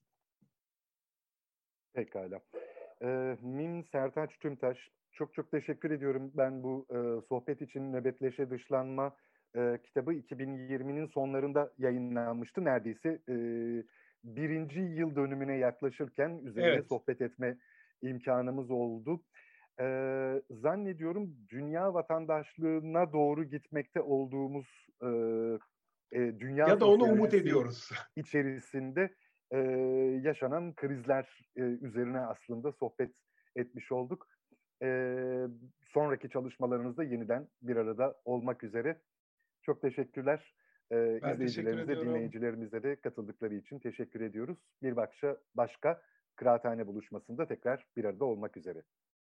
Pekala. Mim Sertaç Tümtaş, çok çok teşekkür ediyorum. Ben bu sohbet için Nöbetleşe Dışlanma kitabı 2020'nin sonlarında yayınlanmıştı. Neredeyse birinci yıl dönümüne yaklaşırken üzerine Evet, sohbet etme imkanımız oldu. Zannediyorum dünya vatandaşlığına doğru gitmekte olduğumuz dünya ya da onu umut sosyolojisi ediyoruz. içerisinde e, yaşanan krizler üzerine aslında sohbet etmiş olduk. E, Sonraki çalışmalarınızda yeniden bir arada olmak üzere. Çok teşekkürler. Ben teşekkür İzleyicilerimize, ediyorum. dinleyicilerimize de katıldıkları için teşekkür ediyoruz. Bir başka Kıraathane buluşmasında tekrar bir arada olmak üzere.